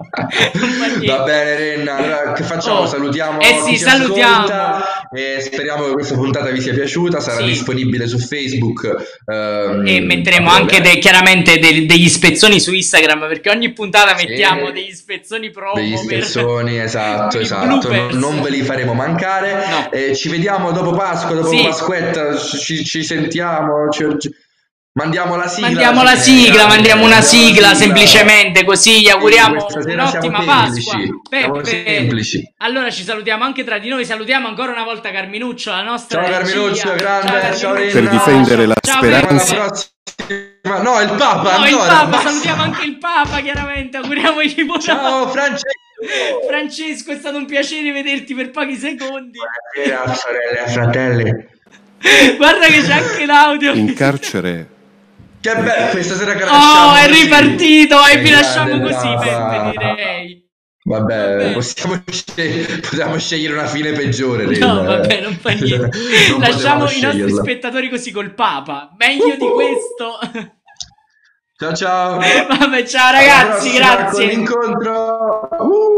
Va bene, Renna, allora che facciamo? Oh. Salutiamo Eh sì, chi ci salutiamo. E speriamo che questa puntata vi sia piaciuta, sarà sì. disponibile su Facebook ehm, e metteremo anche de- chiaramente de- degli spezzoni su Instagram, perché ogni puntata sì. mettiamo degli spezzoni promo degli spezzoni, per... esatto, esatto non, non ve li faremo mancare no. eh, ci vediamo dopo Pasqua, dopo sì. Pasquetta ci, ci sentiamo ci, ci... Mandiamo la sigla, mandiamo la sigla, mandiamo una sigla semplicemente così gli auguriamo un'ottima Pasqua. Peppe, semplici. Allora ci salutiamo anche tra di noi, salutiamo ancora una volta Carminuccio, la nostra ciao Carminuccio, grande, ciao, ciao per difendere la ciao, speranza. Ma no, il Papa, no, ancora, il Papa, basta. salutiamo anche il Papa, chiaramente, auguriamogli buona. Ciao Francesco. Francesco, è stato un piacere vederti per pochi secondi. Buonasera sorelle e fratelli. Guarda che c'è anche l'audio. In carcere. Che bello, questa sera che oh, è ripartito, e vi lasciamo così, Peppe, direi. Vabbè, vabbè. Possiamo, sceg- possiamo scegliere una fine peggiore. No, vabbè, non fa niente. non lasciamo i nostri spettatori così col Papa. Meglio uh-huh. di questo. Ciao ciao. Vabbè, ciao ragazzi, grazie. Con l'incontro. Uh.